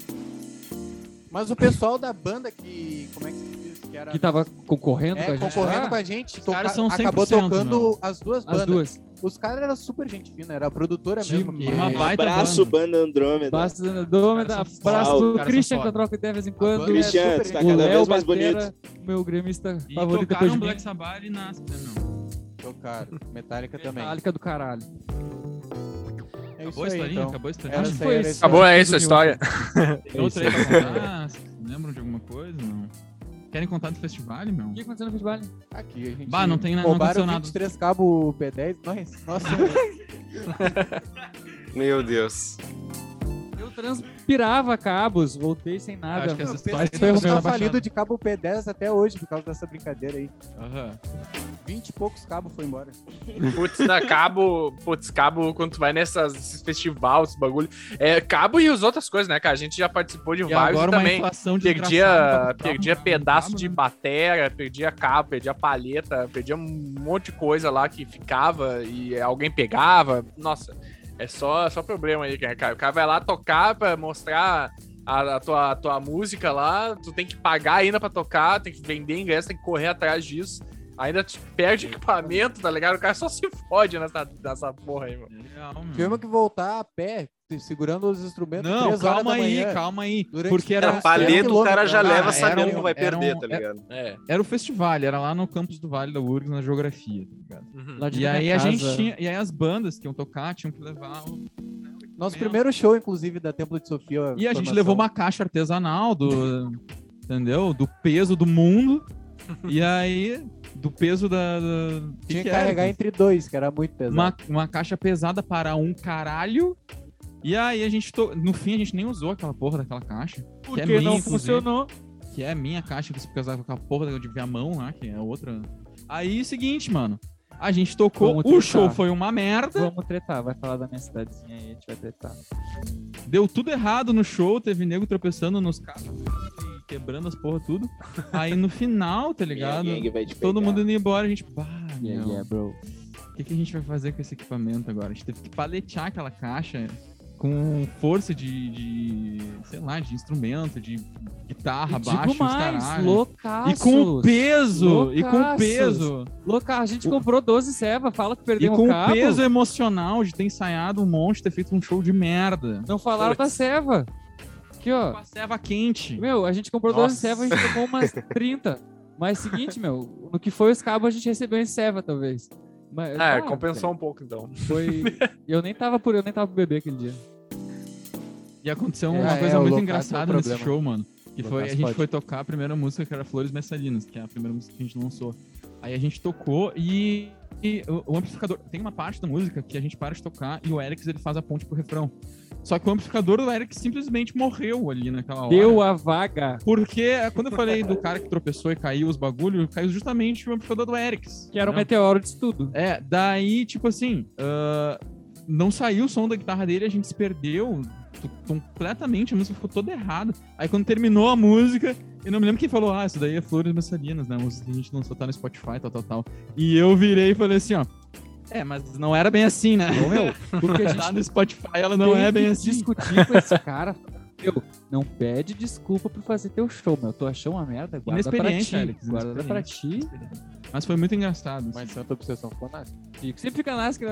Mas o pessoal da banda que... Como é que se diz? Que era... Que tava concorrendo com a gente. concorrendo lá. com a gente. caras são acabou 100%, tocando meu. as duas As bandas. duas. Os caras eram super gente fina, era a produtora Tipo, mesmo. e uma que- baita Abraço, banda Andrômeda. Basta Andrômeda, Os caras são abraço foda. Os do caras Christian, são que eu foda. troco de vez em A quando. banda é Christian, super tu tá gente cada O vez Léo mais Batera, meu gremista E favorito depois tocaram de mim. Black Sabbath e Nasce, né, meu? Tocaram. Metallica também. Metallica do caralho. É isso Acabou a aí, historinha? então. Acabou a historinha? Era Acho que essa foi aí, isso. era Acabou, é Tudo isso a de história. Tem outra aí pra contar? Vocês lembram de alguma coisa? Não. Querem contar do festival, meu? O que aconteceu no festival? Aqui a gente Bah, não tem nada, não roubaram aconteceu nada. 23 cabos P10. Nossa, Meu Deus. Eu transpirava cabos, voltei sem nada. Acho que essa o história pessoal foi tá arrumando falido de cabo P10 até hoje por causa dessa brincadeira aí. Aham. 20 e poucos cabos foi embora. Cabo, quando tu vai nesses festivais, esse bagulho. Cabo e as outras coisas, né, cara? A gente já participou de E vários agora e uma também. inflação Perdia desgraçada, pedaço cabo, de né? batera, perdia cabo, perdia palheta, perdia um monte de coisa lá que ficava e alguém pegava. Nossa, é só problema aí, cara. O cara vai lá tocar pra mostrar a tua música lá, tu tem que pagar ainda pra tocar, tem que vender ingresso, tem que correr atrás disso. Ainda te perde equipamento, tá ligado? O cara só se fode nessa porra aí, mano. Real, meu. Tivemos que voltar a pé, segurando os instrumentos. Não, 3 horas calma da aí, manhã. calma aí. Durante Porque três era, A paleta o cara já quilômetros. leva Ah, sabendo era que vai um- era perder, um- tá ligado? era o festival, era lá no campus do Vale da URGS, na geografia, tá ligado? Uhum. Lá de E minha aí a casa. gente tinha, e aí as bandas que iam tocar tinham que levar o Nosso primeiro show, inclusive, da Templo de Sofia. E a gente formação. levou uma caixa artesanal do, entendeu? Do peso do mundo. E aí, do peso Tinha que era? carregar entre dois, que era muito pesado. Uma caixa pesada para um caralho. E aí a gente, no fim, a gente nem usou aquela porra daquela caixa. Porque é minha, não inclusive. funcionou. Que é a minha caixa, que se casar com aquela porra de Viamão lá, que é outra. Aí, seguinte, mano. A gente tocou, Vamos o tretar. show foi uma merda. Vamos tretar, vai falar da minha cidadezinha aí, a gente vai tretar. Deu tudo errado no show, teve nego tropeçando nos carros, quebrando as porra tudo. Aí no final, tá ligado? Minha gangue vai te Todo pegar. mundo indo embora, a gente. Bah, Yeah, meu. yeah, bro. que a gente vai fazer com esse equipamento agora? A gente teve que paletear aquela caixa com força de sei lá, de instrumento, de guitarra, baixo, caralho. Loucaços. E com peso! A gente comprou 12 ceva, fala que E perdeu com o cabo. peso emocional de ter ensaiado um monte, ter feito um show de merda. Não falaram da ceva. Aqui, ó. Com a ceva quente. Meu, a gente comprou 12 cevas, a gente tomou umas 30. Mas seguinte, meu, no que foi os cabos, a gente recebeu em ceva, talvez. Mas, compensou um pouco, então. Foi... eu nem tava pro bebê aquele dia. E aconteceu uma coisa muito engraçada nesse problema. show, mano. Que foi, a gente pode. foi tocar a primeira música, que era Flores Messalinas, que é a primeira música que a gente lançou. Aí a gente tocou e o amplificador... Tem uma parte da música que a gente para de tocar e o Eric, ele faz a ponte pro refrão. Só que o amplificador do Eric simplesmente morreu ali naquela hora. Deu a vaga. Porque quando eu falei do cara que tropeçou e caiu os bagulho, caiu justamente o amplificador do Eric. Que era um meteoro de estudo. Daí, tipo assim, não saiu o som da guitarra dele, a gente se perdeu completamente, a música ficou toda errada. Aí quando terminou a música, eu não me lembro quem falou, isso daí é Flores Messalinas, né? A música que a gente lançou tá no Spotify, tal. E eu virei e falei assim, ó, mas não era bem assim, né? Não, meu, porque a gente tá no Spotify, ela não é bem assim. Discutir com esse cara, meu, não pede desculpa por fazer teu show, meu. Tu achou uma merda, guarda pra ti. Alex, guarda pra ti. Mas foi muito engraçado. Mas Santa Obsessão ficou nasce. Sempre fica nasce.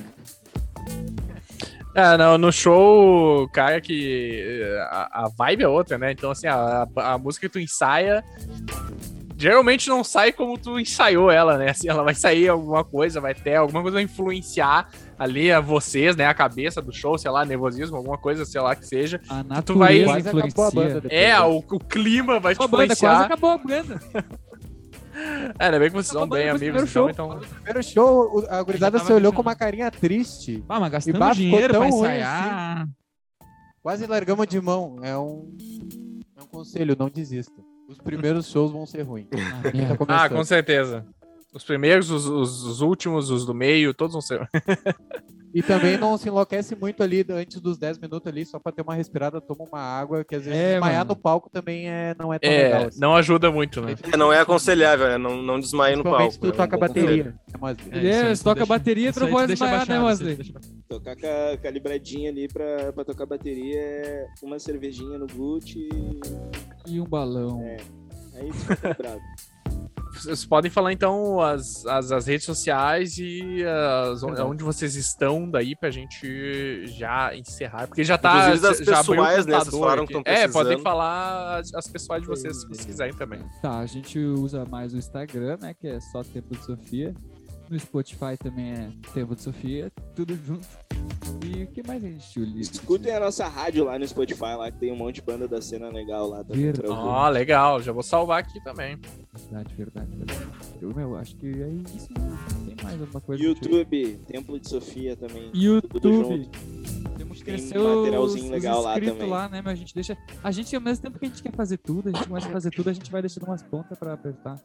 No show, cara, que a vibe é outra, né? Então, assim, a música que tu ensaia geralmente não sai como tu ensaiou ela, né? Assim, ela vai sair alguma coisa, vai ter alguma coisa vai influenciar ali a vocês, né? A cabeça do show, sei lá, nervosismo, alguma coisa, sei lá que seja. A natureza tu vai influencia. A banda depois, o clima vai te A banda influenciar. quase acabou a banda. Ainda bem que vocês são bem amigos, então. No primeiro show, a gurizada se olhou com uma carinha triste. Mas gastamos ficou dinheiro tão pra ruim ensaiar. Quase largamos de mão. É um conselho, não desista. Os primeiros shows vão ser ruins. Quem tá começando. Com certeza. Os primeiros, os últimos, os do meio, todos vão ser. E também não se enlouquece muito ali antes dos 10 minutos ali, só pra ter uma respirada, toma uma água, que às vezes desmaiar no palco também não é tão legal. Assim. Não ajuda muito, né? Não é aconselhável, né? Não desmaie no palco. Se tu toca bateria. Se toca bateria, tu não pode desmaiar, né, Wesley? Tocar com a libradinha ali pra tocar bateria é uma cervejinha no glute e um balão. Aí tu fica bravo. Vocês podem falar então as redes sociais e onde vocês estão daí pra gente já encerrar, porque já tá. Inclusive das já pessoais, né? Vocês falaram que estão precisando. Podem falar as pessoais de vocês se vocês quiserem também. Tá, a gente usa mais o Instagram, né? Que é só Tempo de Sofia. No Spotify também é Tempo de Sofia, tudo junto. E o que mais a gente utiliza? Escutem a nossa rádio lá no Spotify, lá que tem um monte de banda da cena legal lá também. Legal, já vou salvar aqui também. Verdade. Eu acho que é isso. Tem mais alguma coisa? YouTube, Templo de Sofia também. YouTube. Temos que Tem crescer um materialzinho legal lá também. Lá, né? Mas a gente deixa. A gente, ao mesmo tempo que a gente quer fazer tudo, a gente começa a fazer tudo, a gente vai deixando umas pontas pra apertar.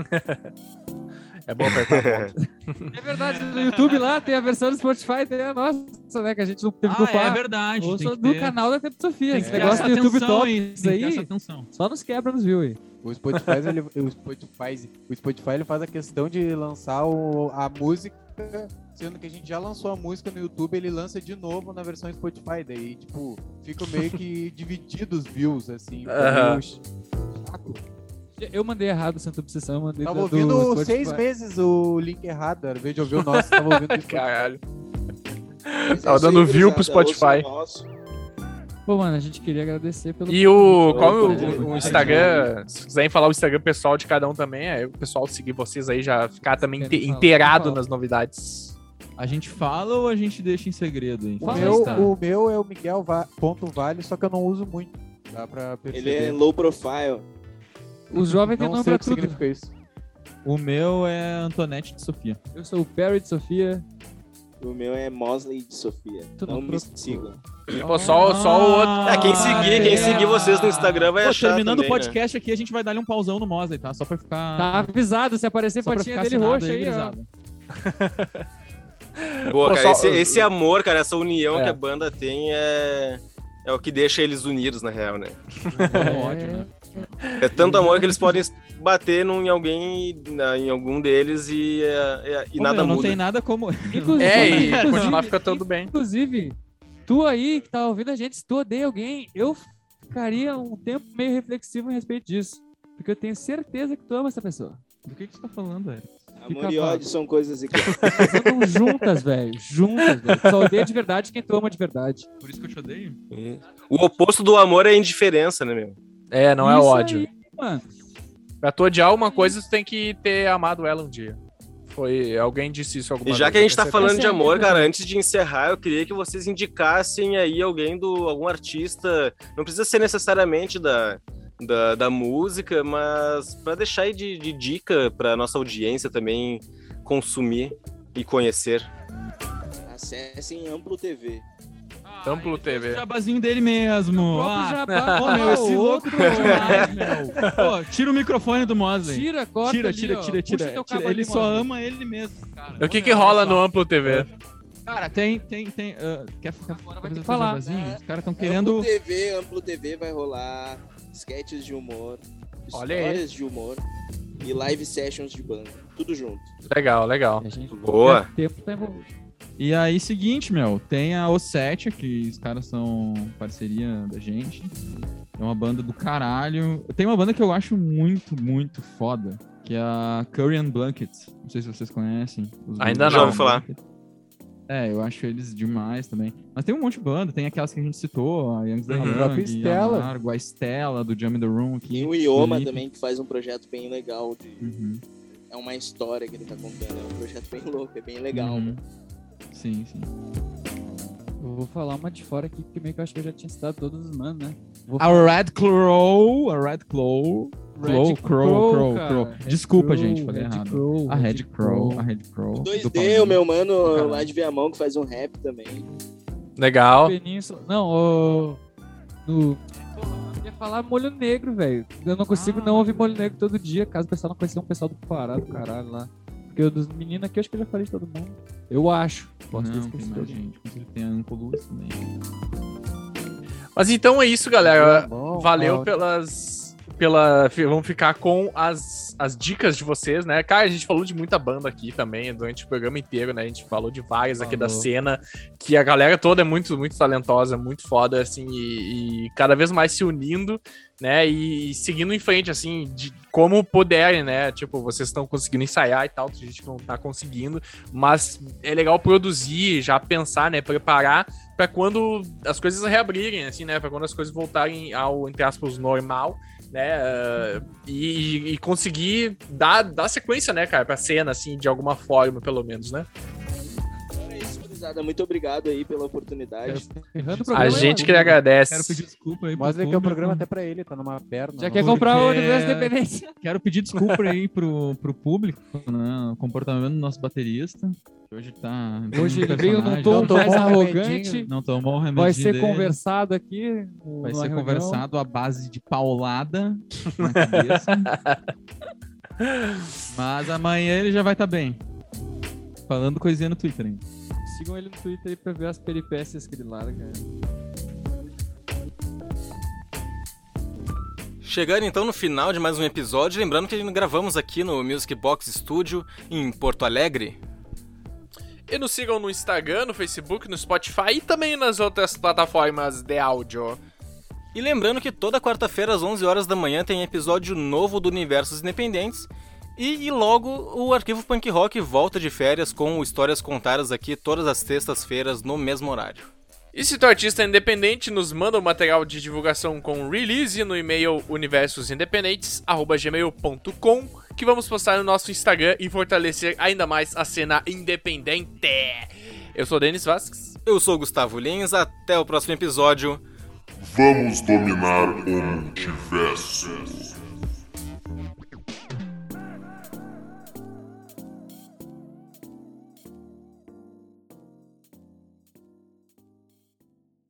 É bom apertar a ponta. É verdade, no YouTube lá tem a versão do Spotify, tem a nossa, né? Que a gente não teve que upar. É verdade. Ouça do canal da Tempo de Sofia. Esse Tem negócio do YouTube top isso aí. Atenção. Só nos quebra nos viu aí. O Spotify ele faz a questão de lançar a música, sendo que a gente já lançou a música no YouTube, ele lança de novo na versão Spotify, daí tipo, fica meio que dividido os views, assim. Chato. Eu mandei errado o Santa Obsessão, eu mandei Tava ouvindo 6 vezes o link errado, ao invés de ouvir o nosso, tava ouvindo o Caralho. Tava dando view pro Spotify. Pô, mano, a gente queria agradecer pelo... E qual o Instagram? Se quiserem falar o Instagram pessoal de cada um também, o pessoal seguir vocês aí, já ficar também inteirado nas novidades. A gente fala ou a gente deixa em segredo? Hein? O meu é o Miguel.vale, só que eu não uso muito. Dá pra perceber. Ele é low profile. Os jovens têm nome pra tudo. Significa isso. O meu é Antonete de Sofia. Eu sou o Perry de Sofia. O meu é Mosley de Sofia. Não me sigam. Pô, só o outro. Quem seguir vocês no Instagram vai achar terminando também, o podcast aqui, a gente vai dar-lhe um pauzão no Mosley, tá? Só pra ficar... Tá avisado, se aparecer fotinha dele roxa aí, ó. Boa, cara, esse amor, cara, essa união que a banda tem é o que deixa eles unidos, na real, né? Ótimo, né? É tanto amor que eles podem bater em alguém, em algum deles e nada Não muda. tem nada como... E continuar ficar tudo bem. Inclusive, tu aí que tá ouvindo a gente, se tu odeia alguém, eu ficaria um tempo meio reflexivo a respeito disso. Porque eu tenho certeza que tu ama essa pessoa. Do que você tá falando, velho? Amor e ódio são coisas iguais. Andam juntas, velho. Juntas, velho. Só odeia de verdade quem tu ama de verdade. Por isso que eu te odeio? O oposto do amor é a indiferença, né, meu? Não é Isso ódio. aí, mano. Pra tu odiar uma coisa, tu tem que ter amado ela um dia. Alguém disse isso alguma E vez. já que a gente tá eu tenho falando de amor, certeza. cara, antes de encerrar, eu queria que vocês indicassem aí algum artista, não precisa ser necessariamente da música, mas pra deixar aí de dica pra nossa audiência também consumir e conhecer. Acessem Amplo TV. Amplo TV. O jabazinho dele mesmo. O próprio jabá. Pô, meu, esse louco outro. demais, meu. Pô, tira o microfone do Mosley. Tira, corta Tira, ali, tira, ó. tira, Puxa tira. teu cabo Ele ali, só mano. ama ele mesmo, cara. O que rola no Amplo TV? Cara, tem... quer Agora vai ter fazer que falar. jabazinho? Os caras estão querendo... Amplo TV vai rolar sketches de humor, Olha aí. histórias de humor e live sessions de banda. Tudo junto. Legal. A gente Boa. tempo tá envolvido. E aí, seguinte, meu, tem a O7, que os caras são parceria da gente. É uma banda do caralho. Tem uma banda que eu acho muito, muito foda, que é a Curry and Blankets. Não sei se vocês conhecem. Ainda Já não. ouvi falar. Eu acho eles demais também. Mas tem um monte de banda, tem aquelas que a gente citou, a Young's the A própria Young, Stella. a Amargo, a Stella, do Jam in the Room. Aqui, Tem o Ioma Felipe. também, que faz um projeto bem legal. Uhum. É uma história que ele tá contando. É um projeto bem louco, é bem legal. Uhum. Sim. Eu vou falar uma de fora aqui, porque meio que eu acho que eu já tinha citado todos os manos, né? Vou A Red Crow. Crow. cara. Desculpa, Red gente, Crow, falei Red errado. Crow, A Red Crow. do 2D, Paulinho. o meu mano Caralho. lá de Viamão, que faz um rap também. Legal. Península. Não, eu ia falar Molho Negro, velho. Eu não consigo não ouvir Molho Negro todo dia, caso o pessoal não conheça um pessoal do Pará, do caralho lá. Porque dos meninos aqui, eu acho que eu já falei de todo mundo. Eu acho. Posso ter Não, tem esquecido mais alguém. gente. Com certeza tem a Uncolus também. Mas então é isso, galera. Bom, Valeu ó, vamos ficar com as dicas de vocês, né? Cara, a gente falou de muita banda aqui também durante o programa inteiro, né? A gente falou de várias aqui da cena, que a galera toda é muito, muito talentosa, muito foda, assim, e cada vez mais se unindo, né? E seguindo em frente, assim, de como puderem, né? Tipo, vocês estão conseguindo ensaiar e tal, a gente não tá conseguindo, mas é legal produzir, já pensar, né? Preparar pra quando as coisas reabrirem, assim, né? Pra quando as coisas voltarem ao, entre aspas, normal, né? E conseguir dar sequência, né, cara, pra cena, assim, de alguma forma, pelo menos, né? É isso, gurizada. Muito obrigado aí pela oportunidade. Errando o A programa, gente mano. que agradece. Quero pedir desculpa aí pro Mostra que é o público. programa até pra ele, tá numa perna. Já não. quer comprar o Porque- Universo Independência. Quero pedir desculpa aí pro público, né? O comportamento do nosso baterista. Que hoje tá... Hoje ele um veio num personagem, tom Não tomou mais um arrogante. remedinho. Não tomou o remedinho Vai ser dele. conversado aqui. Vai numa ser reunião. conversado à base de paulada na cabeça. Mas amanhã ele já vai estar bem. Falando coisinha no Twitter ainda. Sigam ele no Twitter aí pra ver as peripécias que ele larga. Chegando então no final de mais um episódio, lembrando que gravamos aqui no Music Box Studio em Porto Alegre. E nos sigam no Instagram, no Facebook, no Spotify e também nas outras plataformas de áudio. E lembrando que toda quarta-feira às 11 horas da manhã tem episódio novo do Universos Independentes. E logo o Arquivo Punk Rock volta de férias com histórias contadas aqui todas as sextas-feiras no mesmo horário. E se tu é artista independente, nos manda o material de divulgação com release no e-mail universosindependentes@gmail.com, que vamos postar no nosso Instagram e fortalecer ainda mais a cena independente. Eu sou o Denis Vasquez. Eu sou o Gustavo Lins, até o próximo episódio. Vamos dominar o multiverso.